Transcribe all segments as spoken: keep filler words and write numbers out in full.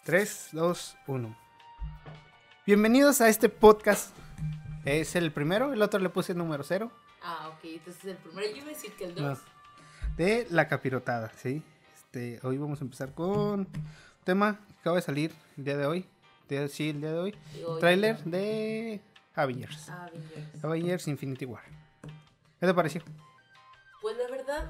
tres, dos, uno. Bienvenidos a este podcast. Es el primero, el otro le puse número cero. Ah, ok, entonces el primero. Yo iba a decir que el dos. No, de la capirotada, ¿sí? Este, hoy vamos a empezar con un tema que acaba de salir el día de hoy. De, sí, el día de hoy. hoy Trailer no. de Avengers. Avengers. Avengers Infinity War. ¿Qué te pareció? Pues la verdad,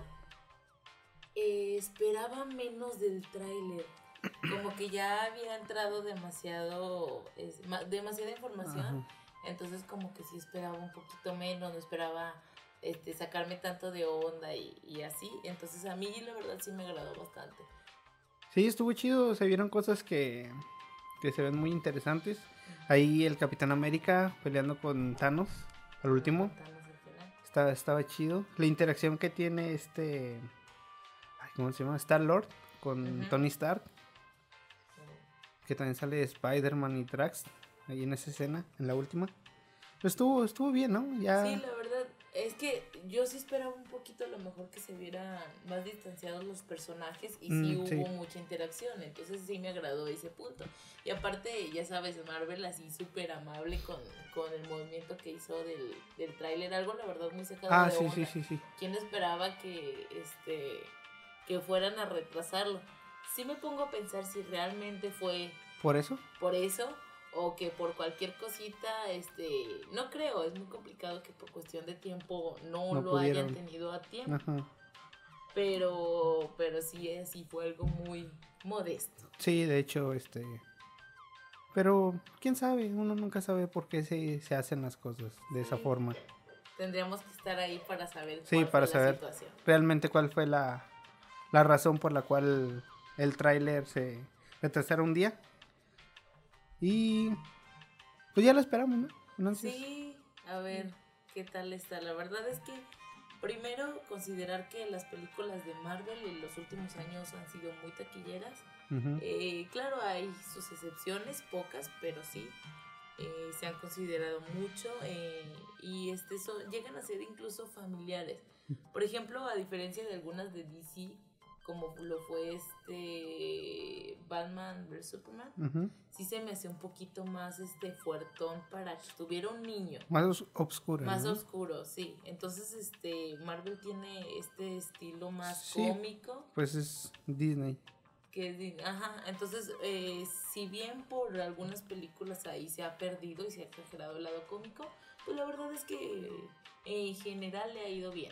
eh, esperaba menos del tráiler. Como que ya había entrado demasiado, es, ma, demasiada información. Ajá. Entonces como que sí esperaba un poquito menos, no esperaba este, sacarme tanto de onda y, y así. Entonces a mí la verdad sí me agradó bastante. Sí, estuvo chido, se vieron cosas que, que se ven muy interesantes. Ahí el Capitán América peleando con Thanos al último. Estaba, estaba chido. La interacción que tiene este, ¿cómo se llama? Star-Lord con uh-huh. Tony Stark. Que también sale Spider-Man y Drax ahí en esa escena, en la última. Pero estuvo, estuvo bien, ¿no? Ya... Sí, la verdad, es que yo sí esperaba un poquito a lo mejor que se vieran más distanciados los personajes y mm, sí hubo sí. mucha interacción, entonces sí me agradó ese punto. Y aparte, ya sabes, Marvel así súper amable con, con el movimiento que hizo del, del tráiler, algo la verdad muy sacado ah, de sí, onda. sí, sí, sí. ¿Quién esperaba que, este, que fueran a retrasarlo? Sí me pongo a pensar si realmente fue... ¿Por eso? Por eso, o que por cualquier cosita, este, no creo, es muy complicado que por cuestión de tiempo no, no lo pudieron. hayan tenido a tiempo. Ajá. Pero, pero sí, sí fue algo muy modesto. Sí, de hecho, este... Pero, quién sabe, uno nunca sabe por qué se, se hacen las cosas de sí. esa forma. Tendríamos que estar ahí para saber cuál sí, para fue saber la situación. Realmente cuál fue la, la razón por la cual el tráiler se retrasara un día. Y pues ya lo esperamos, ¿no? Entonces, sí, a ver qué tal está. La verdad es que primero considerar que las películas de Marvel en los últimos años han sido muy taquilleras. Uh-huh. Eh, claro, hay sus excepciones, pocas, pero sí. Eh, se han considerado mucho eh, y este so, llegan a ser incluso familiares. Por ejemplo, a diferencia de algunas de D C, como lo fue este Batman versus Superman, uh-huh. sí se me hace un poquito más este fuertón para que tuviera un niño. Más oscuro. Más ¿no? oscuro, sí. Entonces, este Marvel tiene este estilo más sí, cómico. Pues es Disney. Que es Disney. Ajá. Entonces, eh, si bien por algunas películas ahí se ha perdido y se ha exagerado el lado cómico, pues la verdad es que en general le ha ido bien.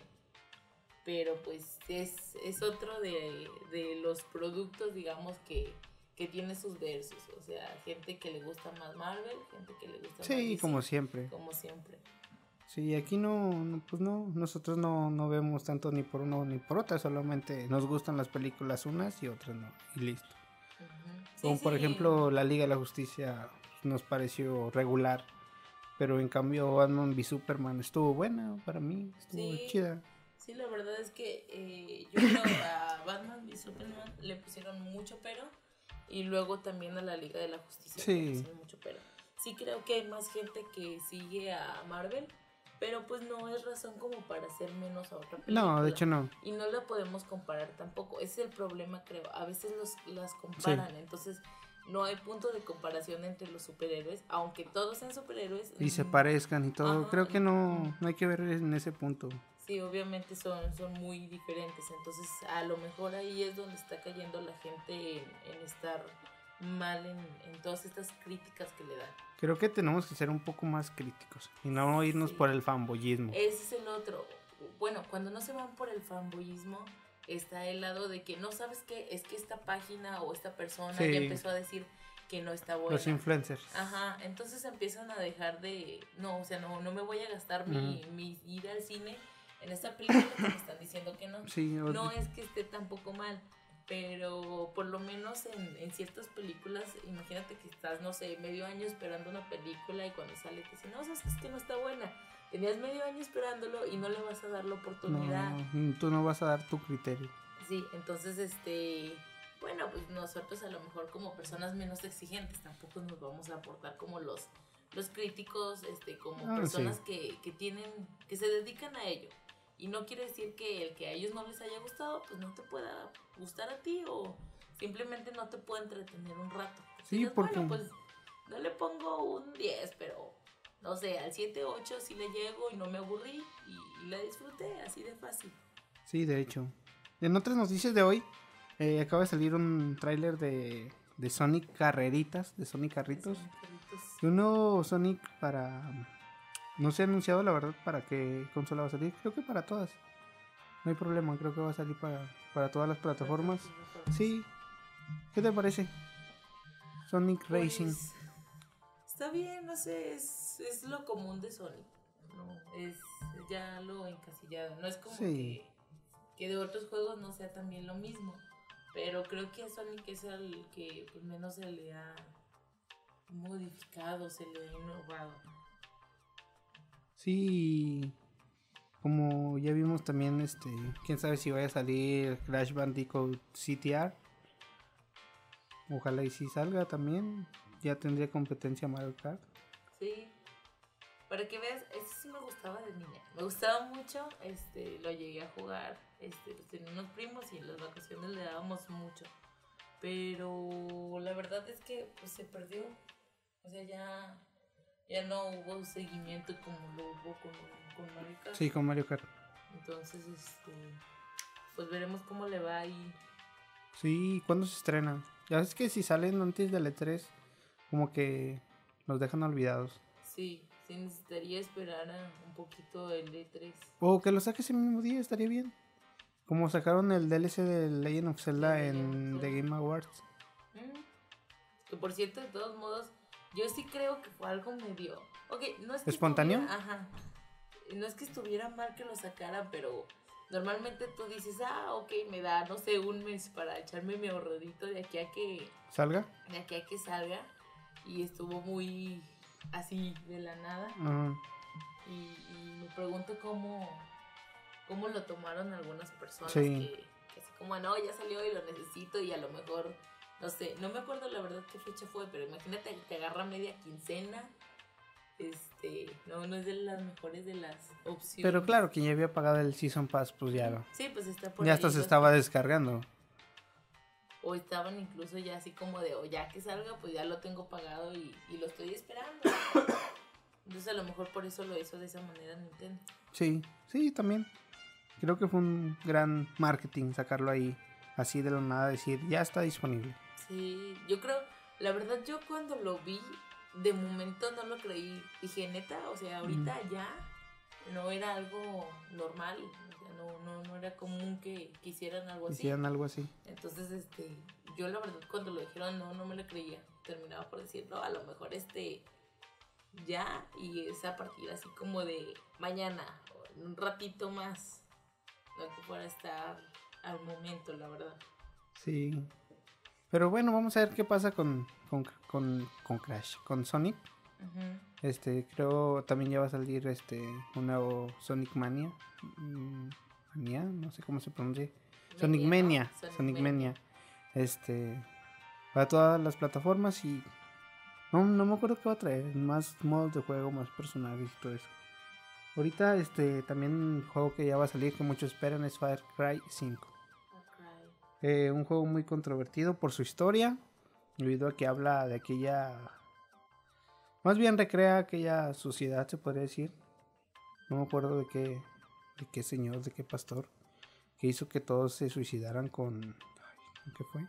Pero pues es, es otro de, de los productos, digamos, que, que tiene sus versos. O sea, gente que le gusta más Marvel, gente que le gusta sí, más D C. Sí, como siempre. Como siempre. Sí, aquí no, no pues no, nosotros no, no vemos tanto ni por uno ni por otra, solamente nos gustan las películas unas y otras no, y listo. Uh-huh. Sí, como por sí. ejemplo, la Liga de la Justicia nos pareció regular, pero en cambio Batman v Superman estuvo buena para mí, estuvo sí. chida. Sí, la verdad es que eh, yo creo que a Batman y Superman le pusieron mucho pero y luego también a la Liga de la Justicia sí. le pusieron mucho pero. Sí creo que hay más gente que sigue a Marvel, pero pues no es razón como para hacer menos a otra película. No, de hecho no. Y no la podemos comparar tampoco, ese es el problema creo, a veces los, las comparan, sí. Entonces no hay punto de comparación entre los superhéroes, aunque todos sean superhéroes. Y mmm, se parezcan y todo, ajá, creo que no, no hay que ver en ese punto. Sí, obviamente son, son muy diferentes, entonces a lo mejor ahí es donde está cayendo la gente en, en estar mal en, en todas estas críticas que le dan. Creo que tenemos que ser un poco más críticos y no irnos sí. por el fanboyismo. Ese es el otro. Bueno, cuando no se van por el fanboyismo, está el lado de que no sabes qué, es que esta página o esta persona sí. ya empezó a decir que no está buena. Los influencers. Ajá, entonces empiezan a dejar de, no, o sea, no, no me voy a gastar mi, uh-huh. mi ida al cine en esta película que me están diciendo que no. Sí, o... No es que esté tampoco mal, pero por lo menos en, en ciertas películas, imagínate que estás, no sé, medio año esperando una película y cuando sale te dicen, no, sabes que es que no está buena. Tenías medio año esperándolo y no le vas a dar la oportunidad. No, tú no vas a dar tu criterio. Sí, entonces, este, bueno, pues nosotros a lo mejor como personas menos exigentes tampoco nos vamos a aportar como los, los críticos, este, como ah, personas sí. que, que tienen, que se dedican a ello. Y no quiere decir que el que a ellos no les haya gustado, pues no te pueda gustar a ti o simplemente no te puedo entretener un rato. Sí, dices, porque... Bueno, pues no le pongo un diez, pero no sé, al siete, ocho sí le llego y no me aburrí y, y la disfruté, así de fácil. Sí, de hecho. En otras noticias de hoy, eh, acaba de salir un tráiler de, de Sonic Carreritas, de Sonic Carritos. Son carritos. Y uno Sonic para... No se ha anunciado la verdad para qué consola va a salir. Creo que para todas. No hay problema, creo que va a salir para, para todas las plataformas. Sí. ¿Qué te parece? Sonic Pues, Racing. Está bien, no sé, es, es lo común de Sonic. No, es ya lo encasillado. No es como Sí. que, que de otros juegos no sea también lo mismo. Pero creo que a Sonic es el que pues, menos se le ha modificado, se le ha innovado. Sí. Como ya vimos también, este, quién sabe si vaya a salir Crash Bandicoot C T R. Ojalá y si salga también. Ya tendría competencia Mario Kart. Sí. Para que veas, ese sí me gustaba de niña. Me gustaba mucho, este, lo llegué a jugar. Este, pues, tenía unos primos y en las vacaciones le dábamos mucho. Pero la verdad es que pues se perdió. O sea, ya, ya no hubo seguimiento como lo hubo con, con Mario Kart. Sí, con Mario Kart. Entonces, este, pues veremos cómo le va ahí. Sí, ¿cuándo se estrena? Ya ves que si salen antes del E tres, como que los dejan olvidados. Sí, sí necesitaría esperar a un poquito el E tres. O que lo saques el mismo día, estaría bien. Como sacaron el D L C de Legend of Zelda Sí, en Legend of The Zelda. Game Awards. Mm. Que por cierto, de todos modos, yo sí creo que fue algo medio... Ok, no es que ¿Espontáneo? estuviera- Ajá. No es que estuviera mal que lo sacaran, pero normalmente tú dices, ah, ok, me da, no sé, un mes para echarme mi ahorradito de aquí a que, ¿Salga? de aquí a que salga. Y estuvo muy así, de la nada. Ajá. Y, y me pregunto cómo, cómo lo tomaron algunas personas Sí. que, que así como, no, ya salió y lo necesito y a lo mejor, no sé, no me acuerdo la verdad qué fecha fue, pero imagínate que te agarra media quincena, este, no, no es de las mejores de las opciones. Pero claro, quien ya había pagado el Season Pass, pues ya lo... Sí, pues está por Ya ahí hasta se los estaba que- descargando. O estaban incluso ya así como de, o ya que salga, pues ya lo tengo pagado y, y lo estoy esperando. Entonces a lo mejor por eso lo hizo de esa manera Nintendo. Sí, sí, también. Creo que fue un gran marketing sacarlo ahí, así de la nada, decir, ya está disponible. Sí, yo creo, la verdad yo cuando lo vi, de momento no lo creí. Dije, neta, o sea, ahorita ya no era algo normal, o sea, no, no, no era común que, que hicieran algo así. Hicieran algo así. Entonces, este, yo la verdad cuando lo dijeron no, no me lo creía. Terminaba por decir, no, a lo mejor este, ya, y es a partir así como de mañana, o en un ratito más, no que fuera a estar al momento, la verdad. Sí. Pero bueno, vamos a ver qué pasa con, con, con, con Crash, con Sonic. Ujú. Este, creo también ya va a salir este un nuevo Sonic Mania. Mm, Mania, no sé cómo se pronuncia. Sonic Mania, ¿no? Mania. Sonic Sonic Mania. Mania. Este, para todas las plataformas y no, no me acuerdo qué va a traer. Más modos de juego, más personajes y todo eso. Ahorita, este, también un juego que ya va a salir que muchos esperan es Far Cry cinco. Ok. Eh, un juego muy controvertido por su historia, debido a que habla de aquella... Más bien recrea aquella sociedad, se podría decir. No me acuerdo de qué, de qué señor, de qué pastor, que hizo que todos se suicidaran con... ay, ¿con qué fue?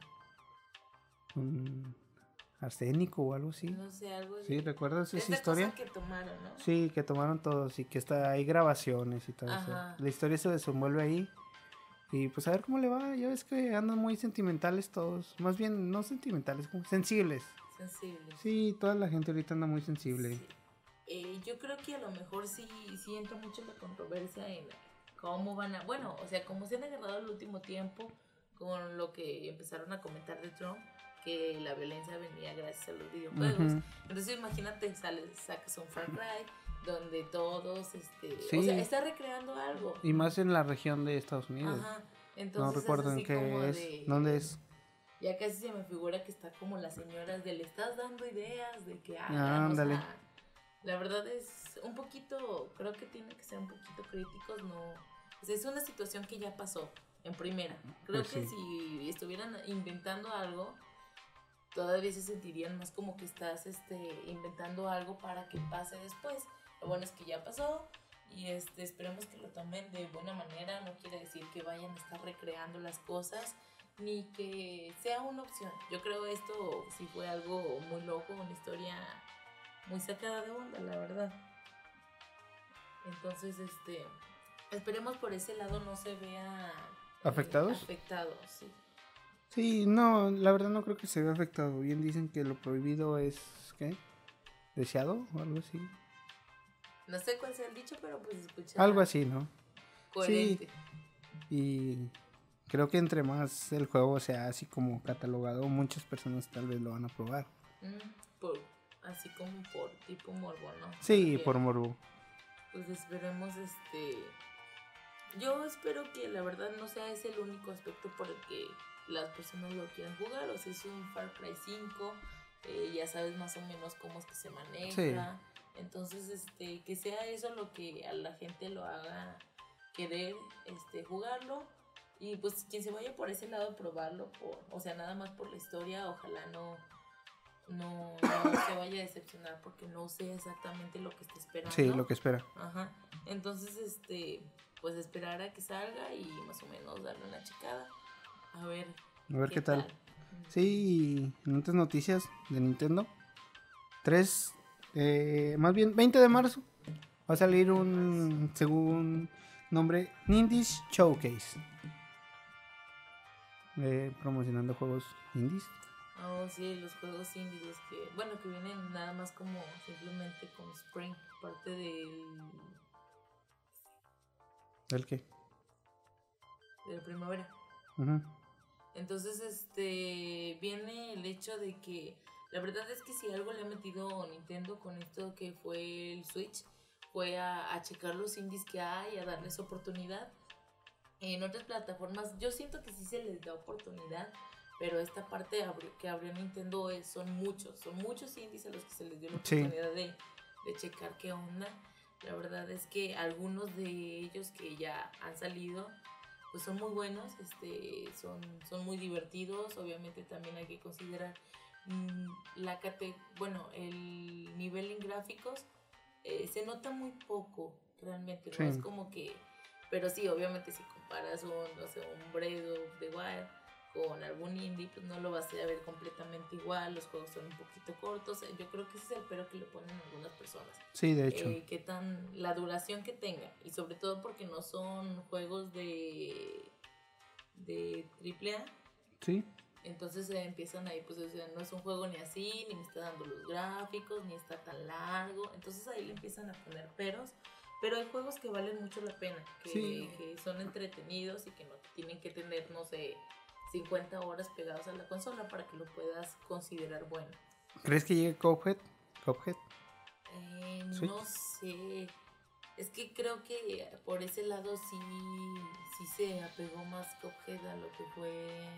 Con arsénico o algo así. No sé, algo Sí, de... ¿recuerdas esa Esta historia? cosa que tomaron, ¿no? Sí, que tomaron todos y que está hay grabaciones y todo Ajá. eso. La historia se desenvuelve ahí. Y pues a ver cómo le va. Ya ves que andan muy sentimentales todos. Más bien, no sentimentales, como sensibles. Sensibles. Sí, toda la gente ahorita anda muy sensible. Sí. Eh, yo creo que a lo mejor sí, sí entra mucho la controversia en cómo van a... Bueno, o sea, como se han agarrado el último tiempo con lo que empezaron a comentar de Trump, que la violencia venía gracias a los videojuegos. Ujú. Entonces imagínate, sales, sacas un Far Cry donde todos, este... Sí. O sea, está recreando algo. Y más en la región de Estados Unidos. Ajá. No Entonces recuerdo es en así como qué es. de... ¿Dónde es? Ya casi se me figura que está como las señoras de le estás dando ideas de que Ah, hagan, ándale. o sea, la verdad es un poquito, creo que tiene que ser un poquito críticos, no, o sea, es una situación que ya pasó, en primera. Creo Pues que sí. si estuvieran inventando algo, todavía se sentirían más como que estás este, inventando algo para que pase después. Lo bueno es que ya pasó y este, esperemos que lo tomen de buena manera. No quiere decir que vayan a estar recreando las cosas ni que sea una opción. Yo creo esto sí fue algo muy loco, una historia muy sacada de onda, la verdad. Entonces, este, esperemos por ese lado no se vea eh, ¿Afectados? afectado, sí. Sí, no, la verdad no creo que se vea afectado. Bien dicen que lo prohibido es, ¿qué? ¿Deseado o algo así? No sé cuál sea el dicho, pero pues escucha Algo así, ¿no? Sí, coherente. y creo que entre más el juego sea así como catalogado, muchas personas tal vez lo van a probar. Mm, por, así como por tipo morbo, ¿no? ¿Se Sí, refiere? por morbo. Pues esperemos, este... Yo espero que la verdad no sea ese el único aspecto por el que las personas lo quieran jugar. O sea, es un Far Cry cinco, eh, ya sabes más o menos cómo es que se maneja. Sí. Entonces, este, que sea eso lo que a la gente lo haga querer este, jugarlo. Y pues quien se vaya por ese lado, probarlo, por, o sea, nada más por la historia, ojalá no, no, no se vaya a decepcionar porque no sé exactamente lo que está esperando. Sí, lo que espera. Ajá. Entonces, este, pues esperar a que salga y más o menos darle una checada. A ver. A ver qué, qué tal. tal. Mm. Sí, en otras noticias de Nintendo. tres, eh, más bien veinte de marzo, va a salir un, según nombre, Nindies Showcase. Eh, promocionando juegos indies. Oh, sí, los juegos indies, los que, bueno, que vienen nada más como simplemente con Spring, parte del... ¿Del qué? De la primavera. Uh-huh. Entonces, este, viene el hecho de que, la verdad es que si algo le ha metido Nintendo con esto que fue el Switch, fue a, a checar los indies que hay, a darles oportunidad. En otras plataformas, yo siento que sí se les da oportunidad, pero esta parte que abrió Nintendo es, son muchos, son muchos indies a los que se les dio la oportunidad sí. de, de checar qué onda. La verdad es que algunos de ellos que ya han salido, pues son muy buenos, este, son, son muy divertidos. Obviamente también hay que considerar mmm, la cate bueno, el nivel en gráficos, eh, se nota muy poco realmente, no sí. es como que, pero sí, obviamente si comparas un, no sé, un Breath of the Wild con algún indie, pues no lo vas a ver completamente igual, los juegos son un poquito cortos. Yo creo que ese es el pero que le ponen a algunas personas. Sí, de hecho. Eh, que tan, la duración que tenga, y sobre todo porque no son juegos de de triple A. Sí. Entonces eh, empiezan ahí, pues o sea, no es un juego ni así, ni me está dando los gráficos, ni está tan largo. Entonces ahí le empiezan a poner peros. Pero hay juegos que valen mucho la pena, que, sí. que son entretenidos y que no tienen que tener, no sé, cincuenta horas pegados a la consola para que lo puedas considerar bueno. ¿Crees que llegue Cuphead? ¿Cuphead? Eh, no sé. Es que creo que por ese lado sí, sí se apegó más Cuphead a lo que fue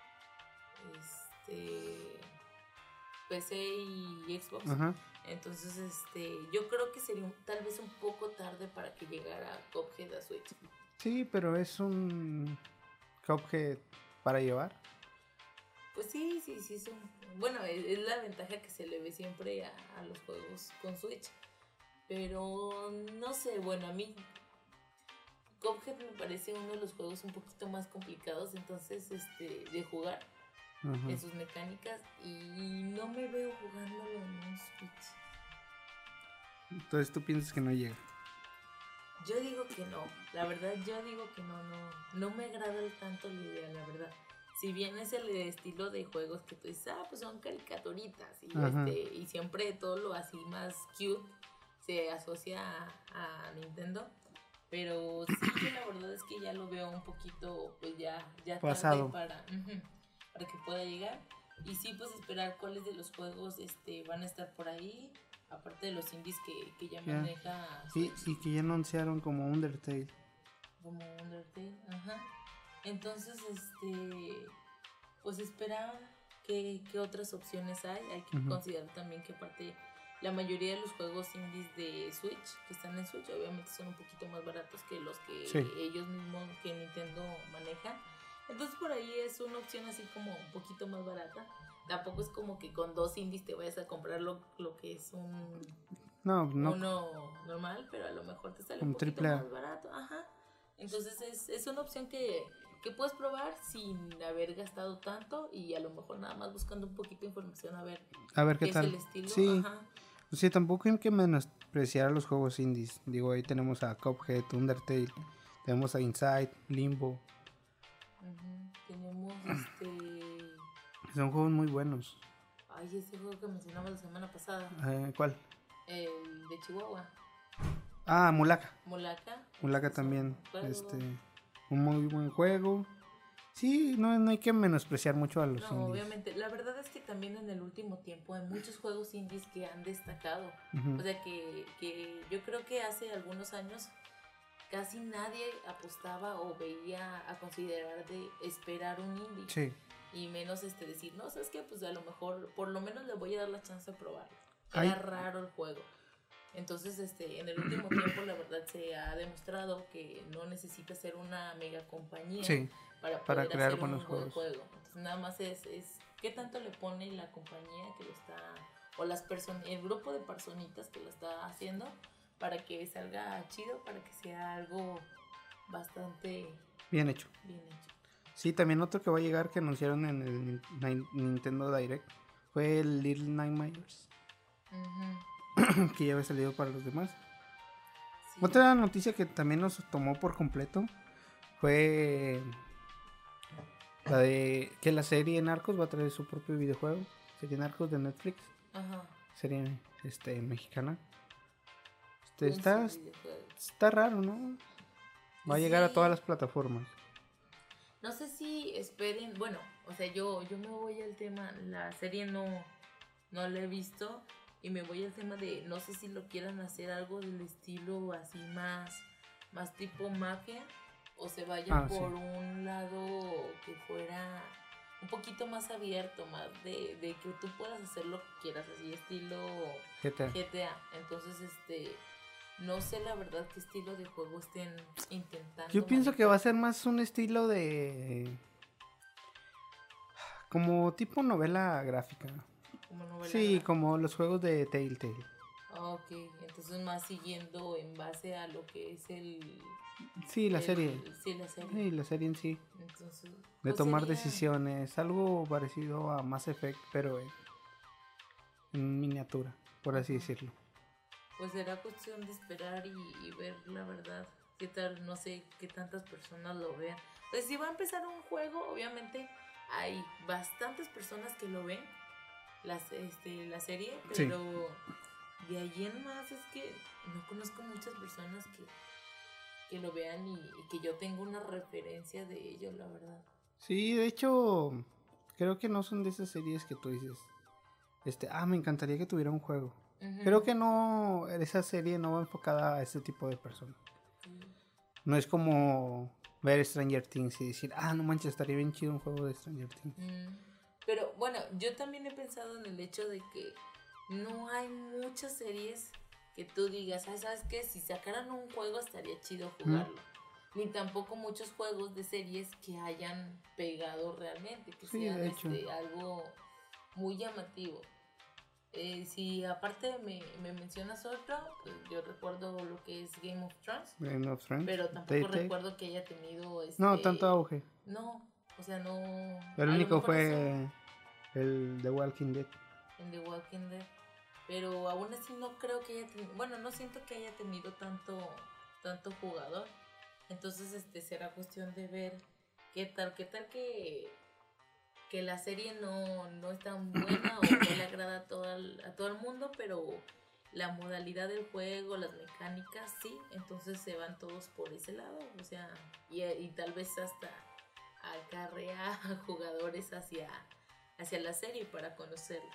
este P C y Xbox. Ajá. Entonces, este, yo creo que sería un, tal vez un poco tarde para que llegara Cuphead a Switch. Sí, pero es un Cuphead para llevar. Pues sí, sí, sí, es un, bueno, es, es la ventaja que se le ve siempre a, a los juegos con Switch. Pero no sé, bueno, a mí Cuphead me parece uno de los juegos un poquito más complicados, entonces, este, de jugar. Uh-huh. En sus mecánicas, y no me veo jugándolo en un Switch. Entonces tú piensas que no llega. Yo digo que no, la verdad yo digo que no, no, no me agrada tanto la idea, la verdad. Si bien es el estilo de juegos que tú dices, ah, pues son caricaturitas y, este, y siempre todo lo así más cute se asocia a, a Nintendo, pero sí, la verdad es que ya lo veo un poquito, pues ya, ya pasado para, uh-huh, para que pueda llegar. Y sí, pues esperar cuáles de los juegos este, van a estar por ahí, aparte de los indies que, que ya, ya maneja y, y que ya anunciaron como Undertale. Como Undertale, ajá. Entonces, este, pues esperar qué, qué otras opciones hay. Hay que uh-huh. considerar también que aparte la mayoría de los juegos indies de Switch, que están en Switch, obviamente son un poquito más baratos que los que sí. ellos mismos, que Nintendo maneja. Entonces por ahí es una opción así como un poquito más barata. Tampoco es como que con dos indies te vayas a comprar lo, lo que es un no, no. uno normal, pero a lo mejor te sale un, un poquito triple más barato. Ajá. Entonces es, es una opción que, que puedes probar sin haber gastado tanto y a lo mejor nada más buscando un poquito de información a ver, a ver qué, qué tal. Es el estilo. Sí. Ajá. Sí, tampoco hay que menospreciar a los juegos indies. Digo, ahí tenemos a Cuphead, Undertale, tenemos a Inside, Limbo. Uh-huh. Tenemos este... Son juegos muy buenos. Ay, ese juego que mencionamos la semana pasada. Eh, ¿Cuál? El de Chihuahua. Ah, Mulaka. Mulaka. Mulaka también. Este, un muy buen juego. Sí, no, no hay que menospreciar mucho a los no, indies. No, obviamente. La verdad es que también en el último tiempo hay muchos juegos indies que han destacado. Uh-huh. O sea, que, que yo creo que hace algunos años casi nadie apostaba o veía a considerar de esperar un indie. Sí. Y menos este decir, no, ¿sabes qué? Pues a lo mejor, por lo menos le voy a dar la chance de probarlo. Era Ay. raro el juego. Entonces, este, en el último tiempo, la verdad, se ha demostrado que no necesita ser una mega compañía sí, para poder para crear hacer buenos un juegos. buen juego. Entonces, nada más es, es qué tanto le pone la compañía que lo está, o las personas, el grupo de personitas que lo está haciendo, para que salga chido, para que sea algo bastante bien hecho. Bien hecho. Sí, también otro que va a llegar que anunciaron en el Nintendo Direct fue el Little Nightmares. Uh-huh. Que ya había salido para los demás. Sí. Otra noticia que también nos tomó por completo fue la de que la serie Narcos va a traer su propio videojuego. Serie Narcos de Netflix. Uh-huh. Serie este, mexicana. Este, está, está raro, ¿no? Va a llegar sí. a todas las plataformas. No sé si esperen, bueno, o sea, yo, yo me voy al tema, la serie no, no la he visto y me voy al tema de, no sé si lo quieran hacer algo del estilo así más, más tipo mafia o se vayan ah, por sí. un lado que fuera un poquito más abierto, más de, de que tú puedas hacer lo que quieras, así estilo G T A. G T A. Entonces, este... no sé la verdad qué estilo de juego estén intentando. Yo pienso manejar. Que va a ser más un estilo de... como tipo novela gráfica. Como novela sí, gráfica. Como los juegos de Telltale. Ok, entonces más siguiendo en base a lo que es el... Sí, la el, serie. El, sí, la serie. Sí, la serie en sí. Entonces, de pues tomar sería... decisiones, algo parecido a Mass Effect, pero en, en miniatura, por así uh-huh. decirlo. Pues será cuestión de esperar y, y ver la verdad qué tal, no sé qué tantas personas lo vean. Pues si va a empezar un juego, obviamente hay bastantes personas que lo ven, las, este, la serie, pero sí. de ahí en más es que no conozco muchas personas que, que lo vean y, y que yo tenga una referencia de ello, la verdad. Sí, de hecho, creo que no son de esas series que tú dices, este, ah, me encantaría que tuviera un juego. Uh-huh. Creo que no, esa serie no va enfocada a ese tipo de personas. Uh-huh. No es como ver Stranger Things y decir, ah, no manches, estaría bien chido un juego de Stranger Things. Uh-huh. Pero bueno, yo también he pensado en el hecho de que no hay muchas series que tú digas, ah, ¿sabes qué? Si sacaran un juego estaría chido jugarlo. Uh-huh. Ni tampoco muchos juegos de series que hayan pegado realmente, que sí, sean este, algo muy llamativo. Eh, si aparte me, me mencionas otro, pues yo recuerdo lo que es Game of Thrones. Game of Thrones. Pero tampoco Tay-Tay. recuerdo que haya tenido este... No, tanto auge. No, o sea, no... El único fue eso, el The Walking Dead. En The Walking Dead. Pero aún así no creo que haya tenido... Bueno, no siento que haya tenido tanto, tanto jugador. Entonces este será cuestión de ver qué tal, qué tal que... que la serie no, no es tan buena o no le agrada a todo, el, a todo el mundo, pero la modalidad del juego, las mecánicas, sí, entonces se van todos por ese lado, o sea, y, y tal vez hasta acarrea a jugadores hacia, hacia la serie para conocerla.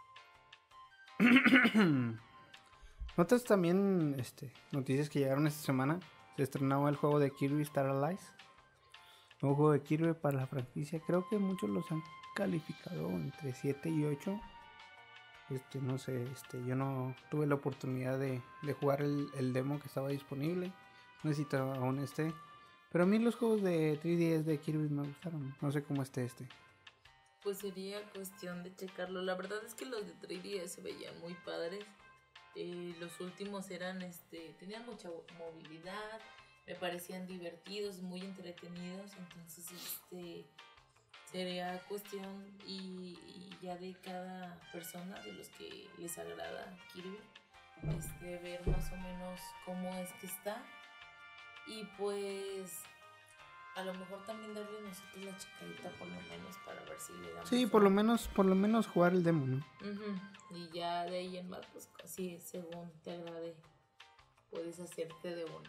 Notas también este, noticias que llegaron esta semana. Se estrenaba el juego de Kirby Star Allies. Un juego de Kirby para la franquicia. Creo que muchos los han calificado entre siete y ocho. Este, no sé, este, yo no tuve la oportunidad de, de jugar el, el demo que estaba disponible. No sé si aún esté. Pero a mí los juegos de tres D S de Kirby me gustaron. No sé cómo esté este. Pues sería cuestión de checarlo. La verdad es que los de tres D S se veían muy padres. Eh, los últimos eran, este, tenían mucha movilidad, me parecían divertidos, muy entretenidos. Entonces, este, sería cuestión y, y ya de cada persona, de los que les agrada Kirby, este, ver más o menos cómo es que está. Y pues a lo mejor también darle nosotros la checadita por lo menos para ver si le damos. Sí, por lo menos, por lo menos jugar el demo, ¿no? Uh-huh. Y ya de ahí en más, pues así según te agrade, puedes hacerte de uno.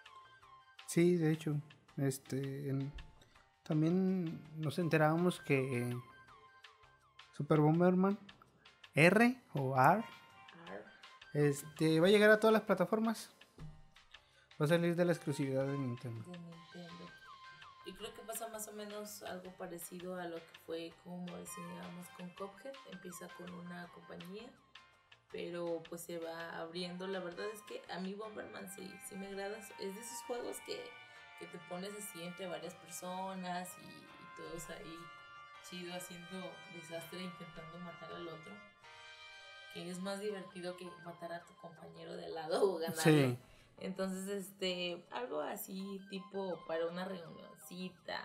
Sí, de hecho, este, en, también nos enterábamos que Super Bomberman R o R, R este, va a llegar a todas las plataformas. Va a salir de la exclusividad de Nintendo. De Nintendo. Y creo que pasa más o menos algo parecido a lo que fue, como decíamos, con Cuphead. Empieza con una compañía, pero pues se va abriendo. La verdad es que a mí Bomberman sí, sí me agrada. Es de esos juegos que, que te pones así entre varias personas y, y todos ahí chido haciendo desastre, intentando matar al otro. Que es más divertido que matar a tu compañero de al lado o ganarle. Sí. Entonces, este, algo así tipo para una reunioncita,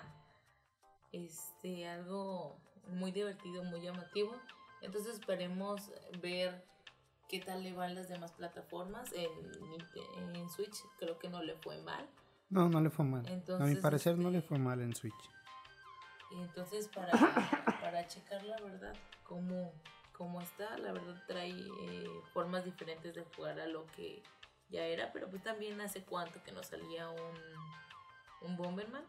este, algo muy divertido, muy llamativo. Entonces esperemos ver qué tal le van las demás plataformas. En, en Switch creo que no le fue mal. No, no le fue mal. Entonces, a mi parecer este, no le fue mal en Switch. Entonces para, para checar la verdad, cómo, cómo está, la verdad trae eh, formas diferentes de jugar a lo que ya era, pero pues también hace cuánto que no salía un, un Bomberman.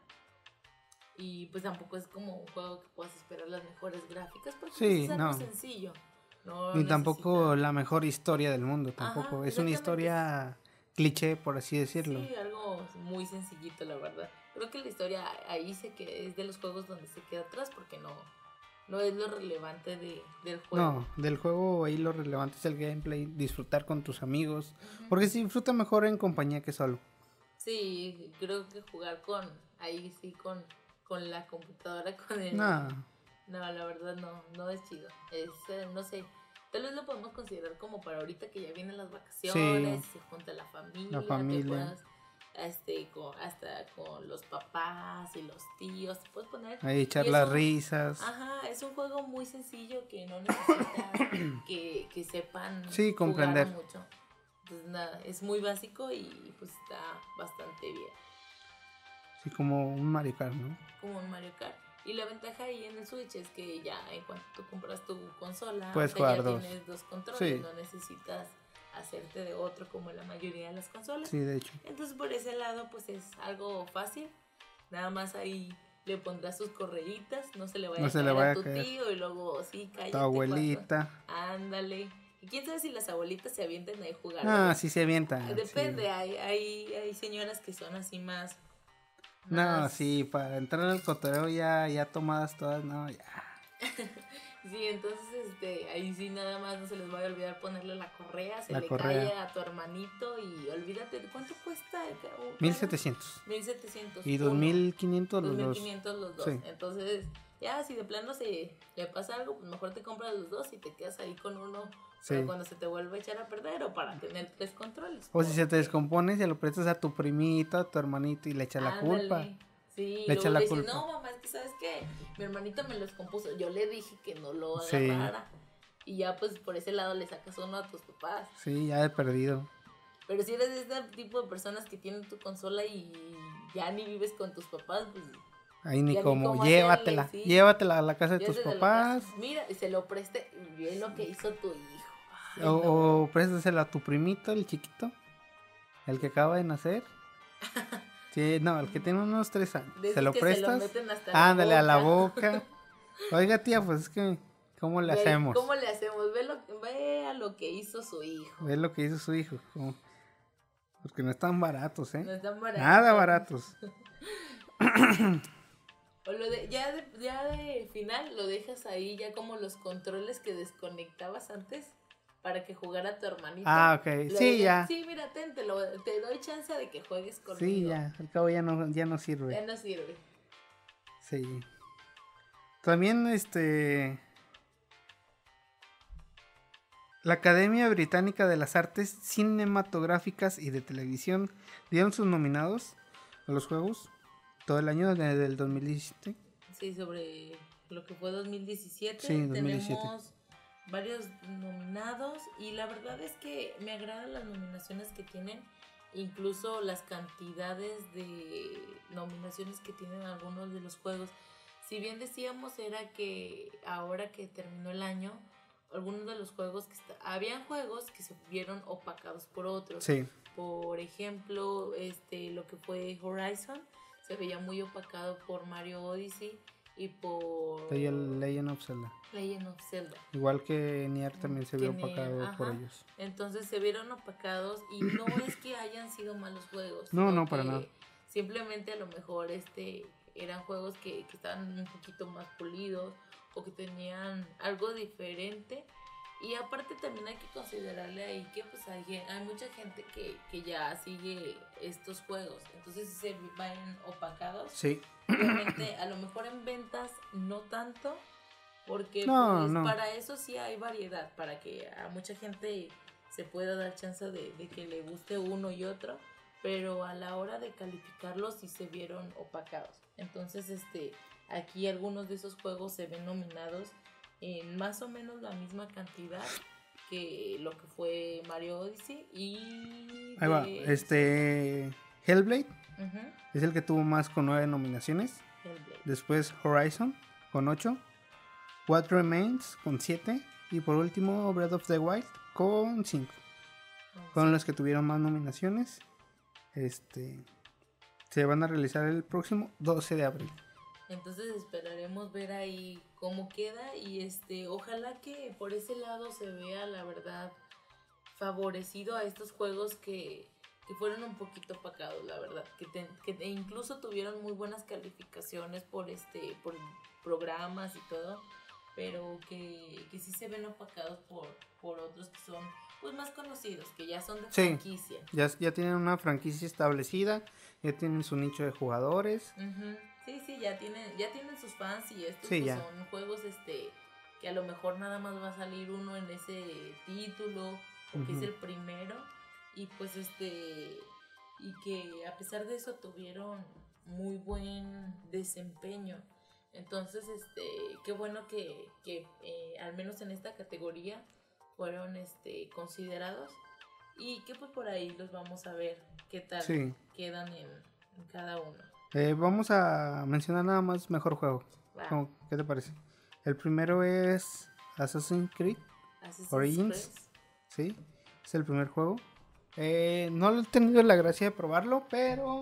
Y pues tampoco es como un juego que puedas esperar las mejores gráficas, porque sí, pues es algo no. sencillo. No Ni tampoco la mejor historia del mundo, tampoco. Ajá, es una historia cliché, por así decirlo. Sí, algo muy sencillito, la verdad. Creo que la historia ahí se que es de los juegos donde se queda atrás, porque no, no es lo relevante de, del juego. No, del juego ahí lo relevante es el gameplay, disfrutar con tus amigos, uh-huh. Porque se disfruta mejor en compañía que solo. Sí, creo que jugar con, ahí sí, con, con la computadora, con el... No. No, la verdad no, no es chido. Es, eh, no sé, tal vez lo podemos considerar como para ahorita que ya vienen las vacaciones, sí. Se junta la familia, la familia. Te puedas, este, con, hasta con los papás y los tíos, te puedes poner... Ahí echar las un, risas. Ajá, es un juego muy sencillo que no necesita que, que sepan sí, comprender. Jugar mucho. Entonces nada, es muy básico y pues está bastante bien. Sí, como un Mario Kart, ¿no? Como un Mario Kart. Y la ventaja ahí en el Switch es que ya en cuanto tú compras tu consola, puedes jugar ya dos. Tienes dos controles, sí. No necesitas hacerte de otro como la mayoría de las consolas. Sí, de hecho. Entonces por ese lado pues es algo fácil. Nada más ahí le pondrás sus correitas, no se le vaya no a se caer le vaya a tu a caer. tío y luego sí, cállate. Tu abuelita. Cuando... Ándale. Y quién sabe si las abuelitas se avientan ahí a jugar. Ah, sí se avientan. Depende, sí. hay, hay, hay señoras que son así más... No, más... sí, para entrar al cotorreo ya, ya tomadas todas, no, ya. Sí, entonces este, ahí sí nada más no se les vaya a olvidar ponerle la correa, se la le correa. cae a tu hermanito y olvídate, ¿cuánto cuesta? mil setecientos. mil setecientos. Y dos mil quinientos los dos. dos mil quinientos los dos. Sí. Entonces, ya si de plano se le pasa algo, pues mejor te compras los dos y te quedas ahí con uno. Sí. Para cuando se te vuelva a echar a perder o para tener tres controles. O porque... si se te descompone, se lo prestas a tu primito, a tu hermanito y le echa la culpa. Sí, le echa la le culpa. Dices, no, mamá, es que sabes qué, mi hermanito me los compuso. Yo le dije que no lo agarrara. Sí. Y ya pues por ese lado le sacas uno a tus papás. Sí, ya he perdido. Pero si eres de este tipo de personas que tienen tu consola y ya ni vives con tus papás, pues... Ahí ni como, ni cómo llévatela, hacerle, sí. Llévatela a la casa de tus papás. Mira, se lo preste, bien lo que hizo tu hijo. Ay, o, no. o préstasela a tu primito, el chiquito, el que acaba de nacer. Sí, no, el que tiene unos tres años. Desde se lo que prestas. Se lo hasta ándale la a la boca. Oiga, tía, pues es que, ¿cómo le ve, hacemos? ¿Cómo le hacemos? Ve, lo, ve a lo que hizo su hijo. Ve lo que hizo su hijo. ¿Cómo? Porque no están baratos, ¿eh? No están baratos. Nada baratos. O lo de, ya, de, ya de final lo dejas ahí, ya como los controles que desconectabas antes para que jugara tu hermanito. Ah, ok. Sí, dejas, ya. sí, mira, ten, te, lo, te doy chance de que juegues conmigo. Sí, ya. Al cabo ya no, ya no sirve. Ya no sirve. Sí. También, este... La Academia Británica de las Artes Cinematográficas y de Televisión dieron sus nominados a los juegos todo el año desde el dos mil diecisiete. Sí, sobre lo que fue dos mil diecisiete. Sí, dos mil diecisiete. Tenemos varios nominados y la verdad es que me agradan las nominaciones que tienen, incluso las cantidades de nominaciones que tienen algunos de los juegos. Si bien decíamos era que ahora que terminó el año, algunos de los juegos que está, habían juegos que se vieron opacados por otros. Sí. Por ejemplo, este lo que fue Horizon se veía muy opacado por Mario Odyssey y por Legend of Zelda. Legend of Zelda. Igual que Nier también se vio Nier, opacado ajá. por ellos. Entonces se vieron opacados y no es que hayan sido malos juegos. No, no, para nada. Simplemente a lo mejor este eran juegos que, que estaban un poquito más pulidos o que tenían algo diferente. Y aparte también hay que considerarle ahí que pues hay, hay mucha gente que, que ya sigue estos juegos. Entonces si se van opacados, sí. Obviamente a lo mejor en ventas no tanto, porque no, pues, no. para eso sí hay variedad, para que a mucha gente se pueda dar chance de, de que le guste uno y otro, pero a la hora de calificarlos sí se vieron opacados. Entonces este aquí algunos de esos juegos se ven nominados en más o menos la misma cantidad que lo que fue Mario Odyssey y... Ahí va, este... Hellblade uh-huh. es el que tuvo más con nueve nominaciones. Hellblade. Después Horizon con ocho. What Remains con siete. Y por último Breath of the Wild con cinco. Oh, Fueron sí. los que tuvieron más nominaciones. Este... Se van a realizar el próximo doce de abril. Entonces esperaremos ver ahí cómo queda y este ojalá que por ese lado se vea la verdad favorecido a estos juegos que, que fueron un poquito opacados, la verdad, que, te, que incluso tuvieron muy buenas calificaciones por este por programas y todo, pero que, que sí se ven opacados por, por otros que son pues más conocidos, que ya son de sí, franquicia. Ya, ya tienen una franquicia establecida, ya tienen su nicho de jugadores. Uh-huh. Sí, sí, ya tienen, ya tienen sus fans y estos sí, pues, ya. son juegos este que a lo mejor nada más va a salir uno en ese título, porque uh-huh. es el primero, y pues este, y que a pesar de eso tuvieron muy buen desempeño. Entonces, este, qué bueno que, que eh, al menos en esta categoría fueron este considerados y que pues por ahí los vamos a ver qué tal sí. quedan en, en cada uno. Eh, vamos a mencionar nada más mejor juego. Wow. ¿Qué te parece? El primero es Assassin's Creed Assassin's Origins. Creed. Sí, es el primer juego. Eh, no he tenido la gracia de probarlo, pero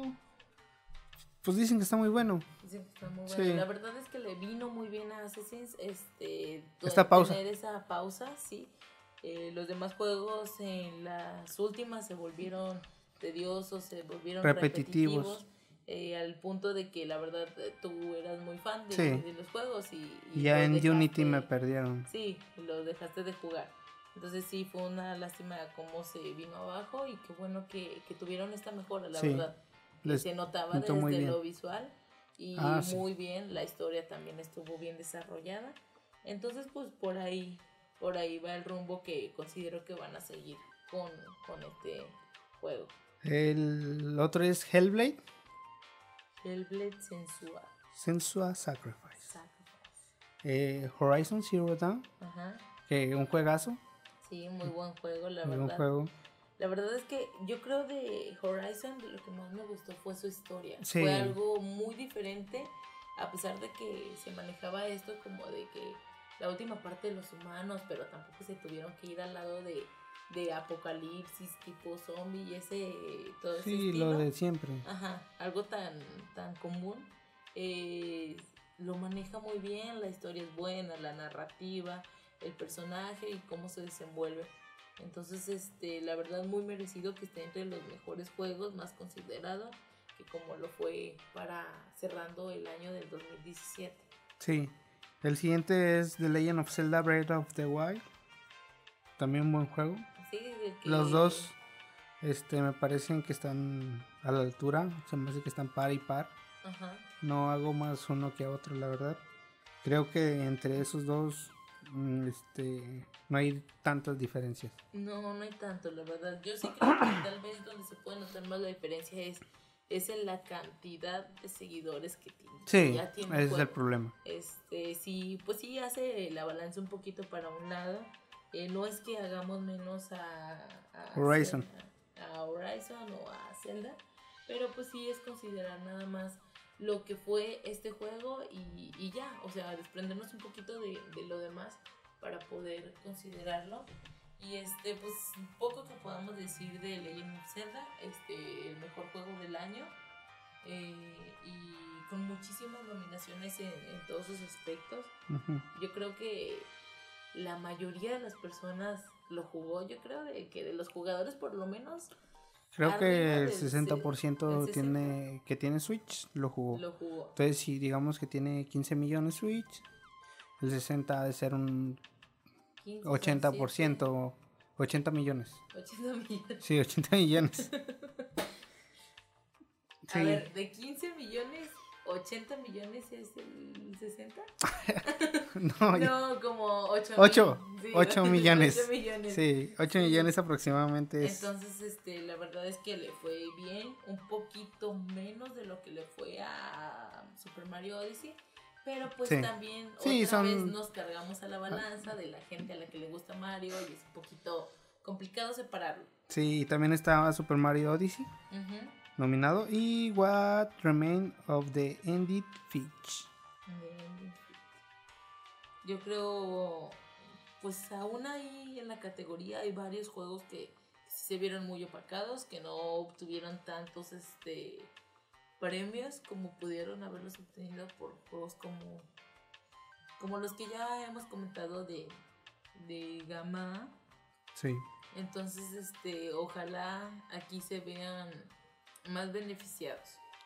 pues dicen que está muy bueno. Dicen que está muy bueno. Sí. La verdad es que le vino muy bien a Assassin's este, esta pausa. Tener esa pausa, sí. Eh, los demás juegos en las últimas se volvieron tediosos, se volvieron repetitivos. repetitivos. Eh, al punto de que la verdad tú eras muy fan de, sí. de los juegos y, y ya en dejaste, Unity me perdieron. Sí, los dejaste de jugar. Entonces sí fue una lástima cómo se vino abajo y qué bueno que, que tuvieron esta mejora, la sí. verdad. Les se notaba desde lo visual y ah, muy sí. bien, la historia también estuvo bien desarrollada. Entonces pues por ahí, por ahí va el rumbo que considero que van a seguir con, con este juego. El otro es Hellblade. Hellblade Senua. Senua Sacrifice. Sacrifice. Eh, Horizon Zero Dawn. Ajá. Que un juegazo. Sí, muy buen juego, la muy verdad. Buen juego. La verdad es que yo creo de Horizon de lo que más me gustó fue su historia. Sí. Fue algo muy diferente, a pesar de que se manejaba esto como de que la última parte de los humanos, pero tampoco se tuvieron que ir al lado de de apocalipsis tipo zombie y ese todo ese sí, estilo. Lo de siempre. Ajá, algo tan tan común. Eh, lo maneja muy bien, la historia es buena, la narrativa, el personaje y cómo se desenvuelve. Entonces, este, la verdad muy merecido que esté entre los mejores juegos, más considerado. que como lo fue para cerrando el año del dos mil diecisiete. Sí, el siguiente es The Legend of Zelda Breath of the Wild, también un buen juego. Sí, de que... Los dos este, me parecen que están a la altura, se me hace que están par y par. Ajá. No hago más uno que otro, la verdad. Creo que entre esos dos este, no hay tantas diferencias. No, no hay tanto, la verdad. Yo sí creo que tal vez donde se puede notar más la diferencia es, es en la cantidad de seguidores que tiene. Sí, ya tiene ese juego. es el problema. Este, sí, pues sí hace la balanza un poquito para un lado. Eh, no es que hagamos menos a, a Horizon. Zelda, a Horizon o a Zelda, pero pues sí es considerar nada más lo que fue este juego y, y ya, o sea, desprendernos un poquito de, de lo demás para poder considerarlo. Y este, pues poco que podamos decir de Legend of Zelda, este, el mejor juego del año, eh, y con muchísimas nominaciones en, en todos sus aspectos. Uh-huh. Yo creo que la mayoría de las personas lo jugó, yo creo de que de los jugadores por lo menos creo que el sesenta por ciento tiene, que tiene Switch lo jugó. lo jugó. Entonces si digamos que tiene quince millones Switch, el sesenta ha de ser un quince, ochenta por ciento, ochenta millones. ochenta millones. Sí, ochenta millones. Sí. A ver, de quince millones, ochenta millones es el sesenta. no, no, como ocho. ocho, sí, ocho millones. ocho millones. Sí, ocho sí. millones aproximadamente. Es... Entonces, este, la verdad es que le fue bien, un poquito menos de lo que le fue a Super Mario Odyssey. Pero pues sí. también sí, otra son... vez nos cargamos a la balanza de la gente a la que le gusta Mario y es un poquito complicado separarlo. Sí, también estaba Super Mario Odyssey. Uh-huh. Nominado, y What Remains of the Ended Fitch. Yo creo, pues aún ahí en la categoría hay varios juegos que se vieron muy opacados, que no obtuvieron tantos este premios como pudieron haberlos obtenido por juegos como, como los que ya hemos comentado de, de gama. Sí. Entonces, este, ojalá aquí se vean más beneficiados.